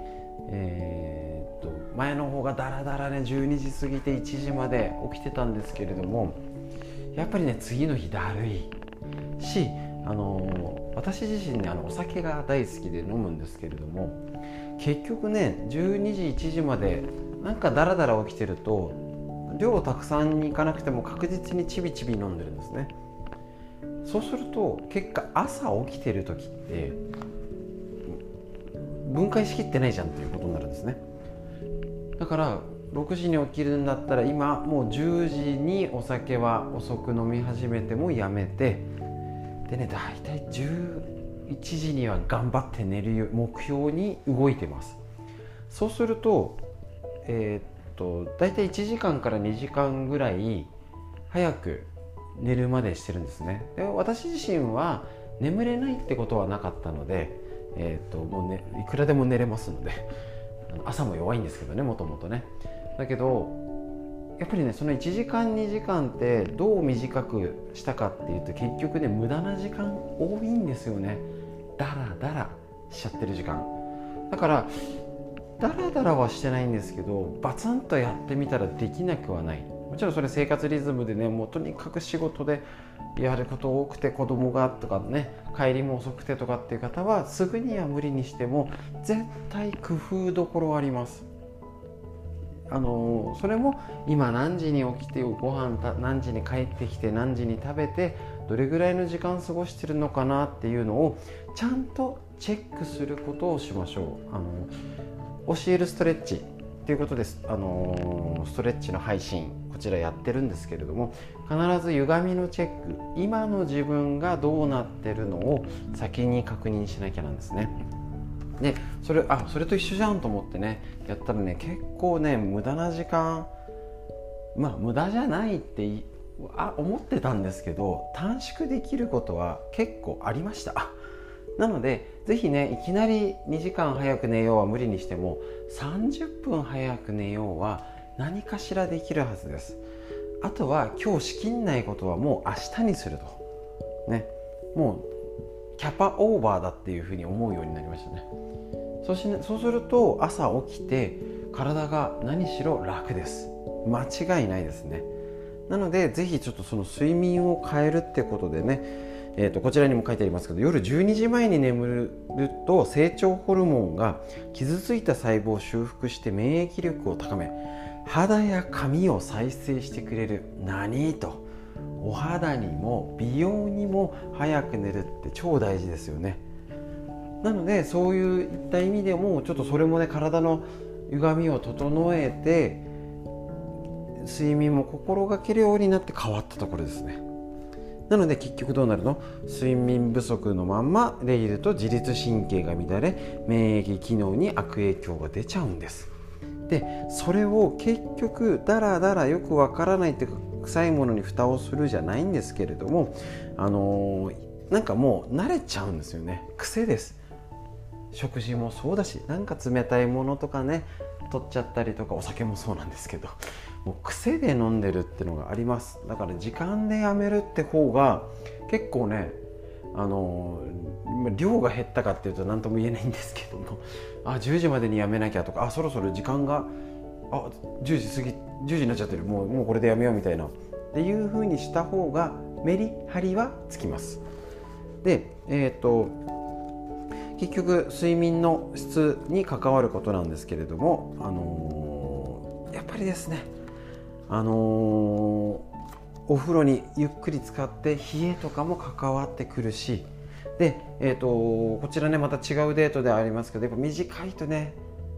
前の方がだらだらね、12時過ぎて1時まで起きてたんですけれども、やっぱりね、次の日だるいし、私自身ね、お酒が大好きで飲むんですけれども、結局ね、12時1時までなんかだらだら起きてると、量たくさんにいかなくても確実にちびちび飲んでるんですね。そうすると結果、朝起きてる時って分解しきってないじゃんっていうことになるんですね。だから6時に起きるんだったら、今もう10時にお酒は遅く飲み始めてもやめて、でね、だいたい11時には頑張って寝る目標に動いてます。そうするとだいたい1時間から2時間ぐらい早く寝るまでしてるんですね。で、私自身は眠れないってことはなかったので、もうね、いくらでも寝れますので、朝も弱いんですけどね、もともとね。だけどやっぱりね、その1時間2時間ってどう短くしたかっていうと、結局ね、無駄な時間多いんですよね。ダラダラしちゃってる時間だから、ダラダラはしてないんですけど、バツンとやってみたらできなくはない。もちろんそれ生活リズムでね、もうとにかく仕事でやること多くて、子供がとかね、帰りも遅くてとかっていう方は、すぐには無理にしても絶対工夫どころあります。それも今何時に起きて、ご飯何時に帰ってきて、何時に食べて、どれぐらいの時間過ごしてるのかなっていうのをちゃんとチェックすることをしましょう。教えるストレッチっていうことです。ストレッチの配信、こちらやってるんですけれども、必ず歪みのチェック、今の自分がどうなってるのを先に確認しなきゃなんですね。で、それと一緒じゃんと思ってね、やったらね、結構ね、無駄な時間、無駄じゃないって思ってたんですけど、短縮できることは結構ありました。なのでぜひね、いきなり2時間早く寝ようは無理にしても、30分早く寝ようは何かしらできるはずです。あとは今日しきんないことはもう明日にするとね、もうキャパオーバーだっていうふうに思うようになりましたね。そうすると朝起きて体が何しろ楽です。間違いないですね。なのでぜひちょっとその睡眠を変えるってことでね、こちらにも書いてありますけど、夜12時前に眠ると成長ホルモンが傷ついた細胞を修復して免疫力を高め、肌や髪を再生してくれる。何と、お肌にも美容にも早く寝るって超大事ですよね。なのでそういった意味でもちょっとそれもね、体の歪みを整えて睡眠も心がけるようになって変わったところですね。なので結局どうなるの？睡眠不足のまんまでいると自律神経が乱れ、免疫機能に悪影響が出ちゃうんです。で、それを結局だらだらよくわからないっていうか、臭いものに蓋をするじゃないんですけれども、なんかもう慣れちゃうんですよね。癖です。食事もそうだし、なんか冷たいものとかね、取っちゃったりとか、お酒もそうなんですけど、もう癖で飲んでるってのがあります。だから時間でやめるって方が結構ね、量が減ったかっていうと何とも言えないんですけども、10時までにやめなきゃとか、そろそろ時間が10時になっちゃってる、もうこれでやめようみたいなっていう風にした方がメリハリはつきます。で、結局睡眠の質に関わることなんですけれども、やっぱりですね、お風呂にゆっくり浸かって冷えとかも関わってくるし、 で、こちらねまた違うデートではありますけど、やっぱ短いとね、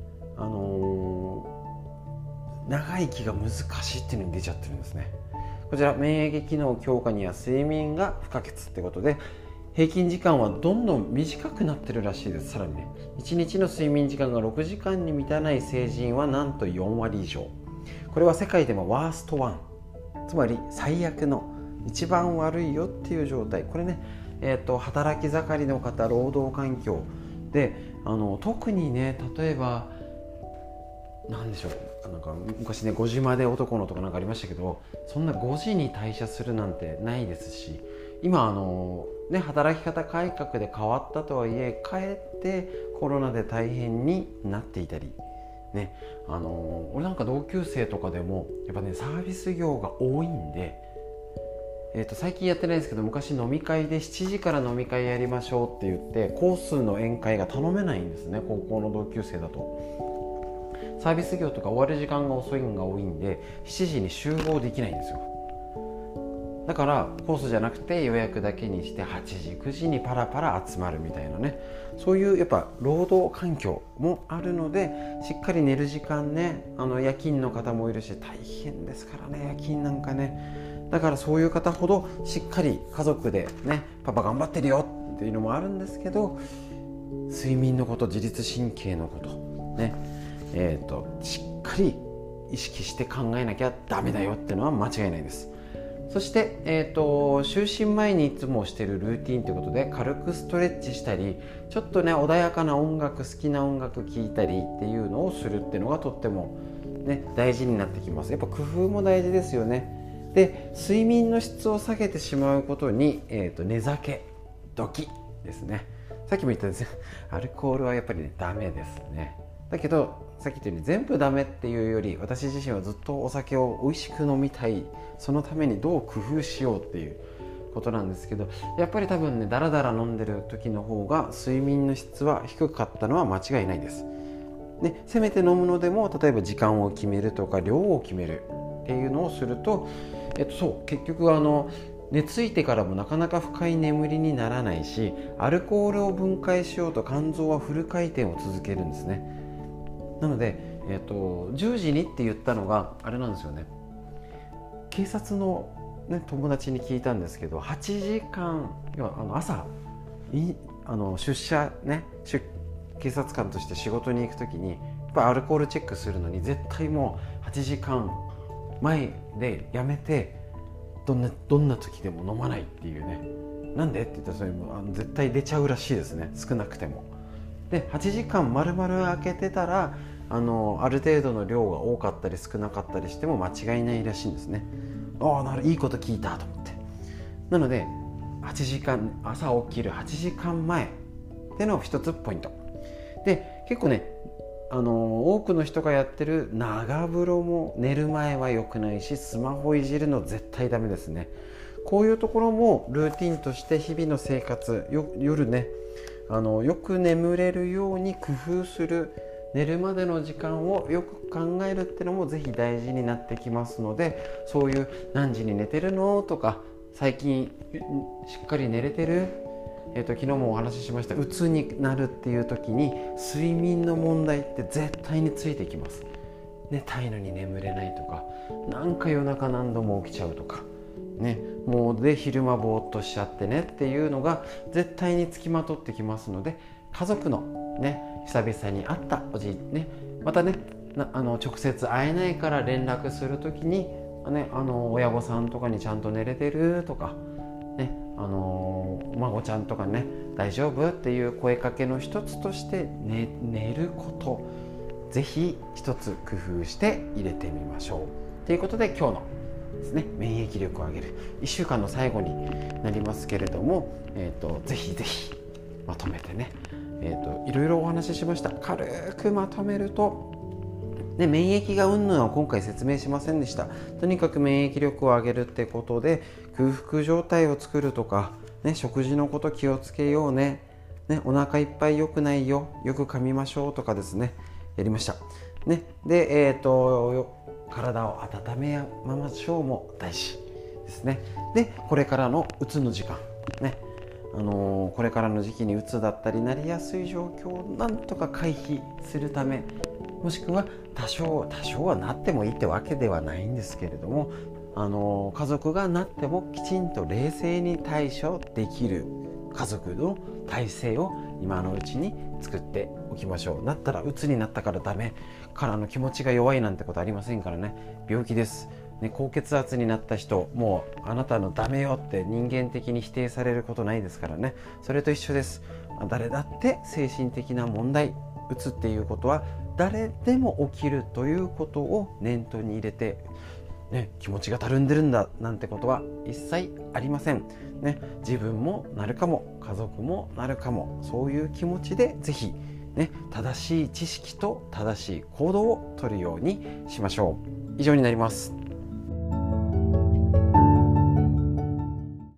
長生きが難しいっていうのに出ちゃってるんですね。こちら免疫機能強化には睡眠が不可欠ってことで、平均時間はどんどん短くなってるらしいです。さらにね、1日の睡眠時間が6時間に満たない成人はなんと4割以上。これは世界でもワースト1、つまり最悪の一番悪いよっていう状態。これね、働き盛りの方、労働環境で特にね、例えばなんでしょう、なんか昔ね5時まで男のとかなんかありましたけど、そんな5時に退社するなんてないですし、今働き方改革で変わったとはいえ、かえってコロナで大変になっていたりね、俺なんか同級生とかでもやっぱねサービス業が多いんで、最近やってないですけど、昔飲み会で7時から飲み会やりましょうって言ってコースの宴会が頼めないんですね。高校の同級生だとサービス業とか終わる時間が遅いのが多いんで、7時に集合できないんですよ。だからコースじゃなくて予約だけにして8時9時にパラパラ集まるみたいなね、そういうやっぱ労働環境もあるので、しっかり寝る時間ね、夜勤の方もいるし大変ですからね、夜勤なんかね。だからそういう方ほどしっかり家族でね、パパ頑張ってるよっていうのもあるんですけど、睡眠のこと、自律神経のことね、しっかり意識して考えなきゃダメだよっていうのは間違いないです。そして、就寝前にいつもしているルーティンということで、軽くストレッチしたり、ちょっとね穏やかな音楽、好きな音楽聴いたりっていうのをするっていうのがとっても、ね、大事になってきます。やっぱ工夫も大事ですよね。で、睡眠の質を下げてしまうことに、寝酒、ドキですね。さっきも言ったんですよ、アルコールはやっぱりねダメですね。だけどさっき言ったように全部ダメっていうより、私自身はずっとお酒を美味しく飲みたい、そのためにどう工夫しようっていうことなんですけど、やっぱり多分ねダラダラ飲んでる時の方が睡眠の質は低かったのは間違いないです。で、せめて飲むのでも例えば時間を決めるとか量を決めるっていうのをすると、そう結局寝ついてからもなかなか深い眠りにならないし、アルコールを分解しようと肝臓はフル回転を続けるんですね。なので、10時にって言ったのがあれなんですよね。警察の、ね、友達に聞いたんですけど、8時間要は朝出社ね、警察官として仕事に行くときにやっぱアルコールチェックするのに絶対もう8時間前でやめて、どんな時でも飲まないっていうね。なんでって言ったら、それも絶対出ちゃうらしいですね、少なくても。で、8時間丸々空けてたらある程度の量が多かったり少なかったりしても間違いないらしいんですね。いいこと聞いたと思って。なので8時間、朝起きる8時間前っていうのが一つポイントで、結構ね多くの人がやってる長風呂も寝る前は良くないし、スマホいじるの絶対ダメですね。こういうところもルーティンとして日々の生活、夜ねよく眠れるように工夫する、寝るまでの時間をよく考えるっていうのもぜひ大事になってきますので、そういう何時に寝てるのとか、最近しっかり寝れてる、昨日もお話ししましたうつになるっていう時に睡眠の問題って絶対についてきます。寝たいのに眠れないとか、なんか夜中何度も起きちゃうとかね、もうで昼間ぼーっとしちゃってねっていうのが絶対につきまとってきますので、家族のね久々に会ったおじいね、またね直接会えないから連絡するときに、ね、親御さんとかにちゃんと寝れてるとか、ね、孫ちゃんとかね大丈夫っていう声かけの一つとして、寝ることぜひ一つ工夫して入れてみましょうということで、今日のですね、免疫力を上げる1週間の最後になりますけれども、ぜひぜひまとめてね、いろいろお話ししました。軽くまとめると、ね、免疫がうんぬんは今回説明しませんでした。とにかく免疫力を上げるってことで、空腹状態を作るとか、ね、食事のこと気をつけようね、お腹いっぱい良くないよ、よく噛みましょうとかですね、やりました、ね、で、体を温めましょうも大事ですね。で、これからのうつの時間ね、 これからの時期にうつだったりなりやすい状況をなんとか回避するため、もしくは多少はなってもいいってわけではないんですけれども、家族がなってもきちんと冷静に対処できる家族の体制を今のうちに作っておきましょう。なったらうつになったからダメから気持ちが弱いなんてことありませんからね。病気です、ね、高血圧になった人、もうあなたのダメよって人間的に否定されることないですからね。それと一緒です。誰だって精神的な問題、うつっていうことは誰でも起きるということを念頭に入れて、気持ちがたるんでるんだなんてことは一切ありません、自分もなるかも家族もなるかも、そういう気持ちでぜひ、正しい知識と正しい行動をとるようにしましょう。以上になります。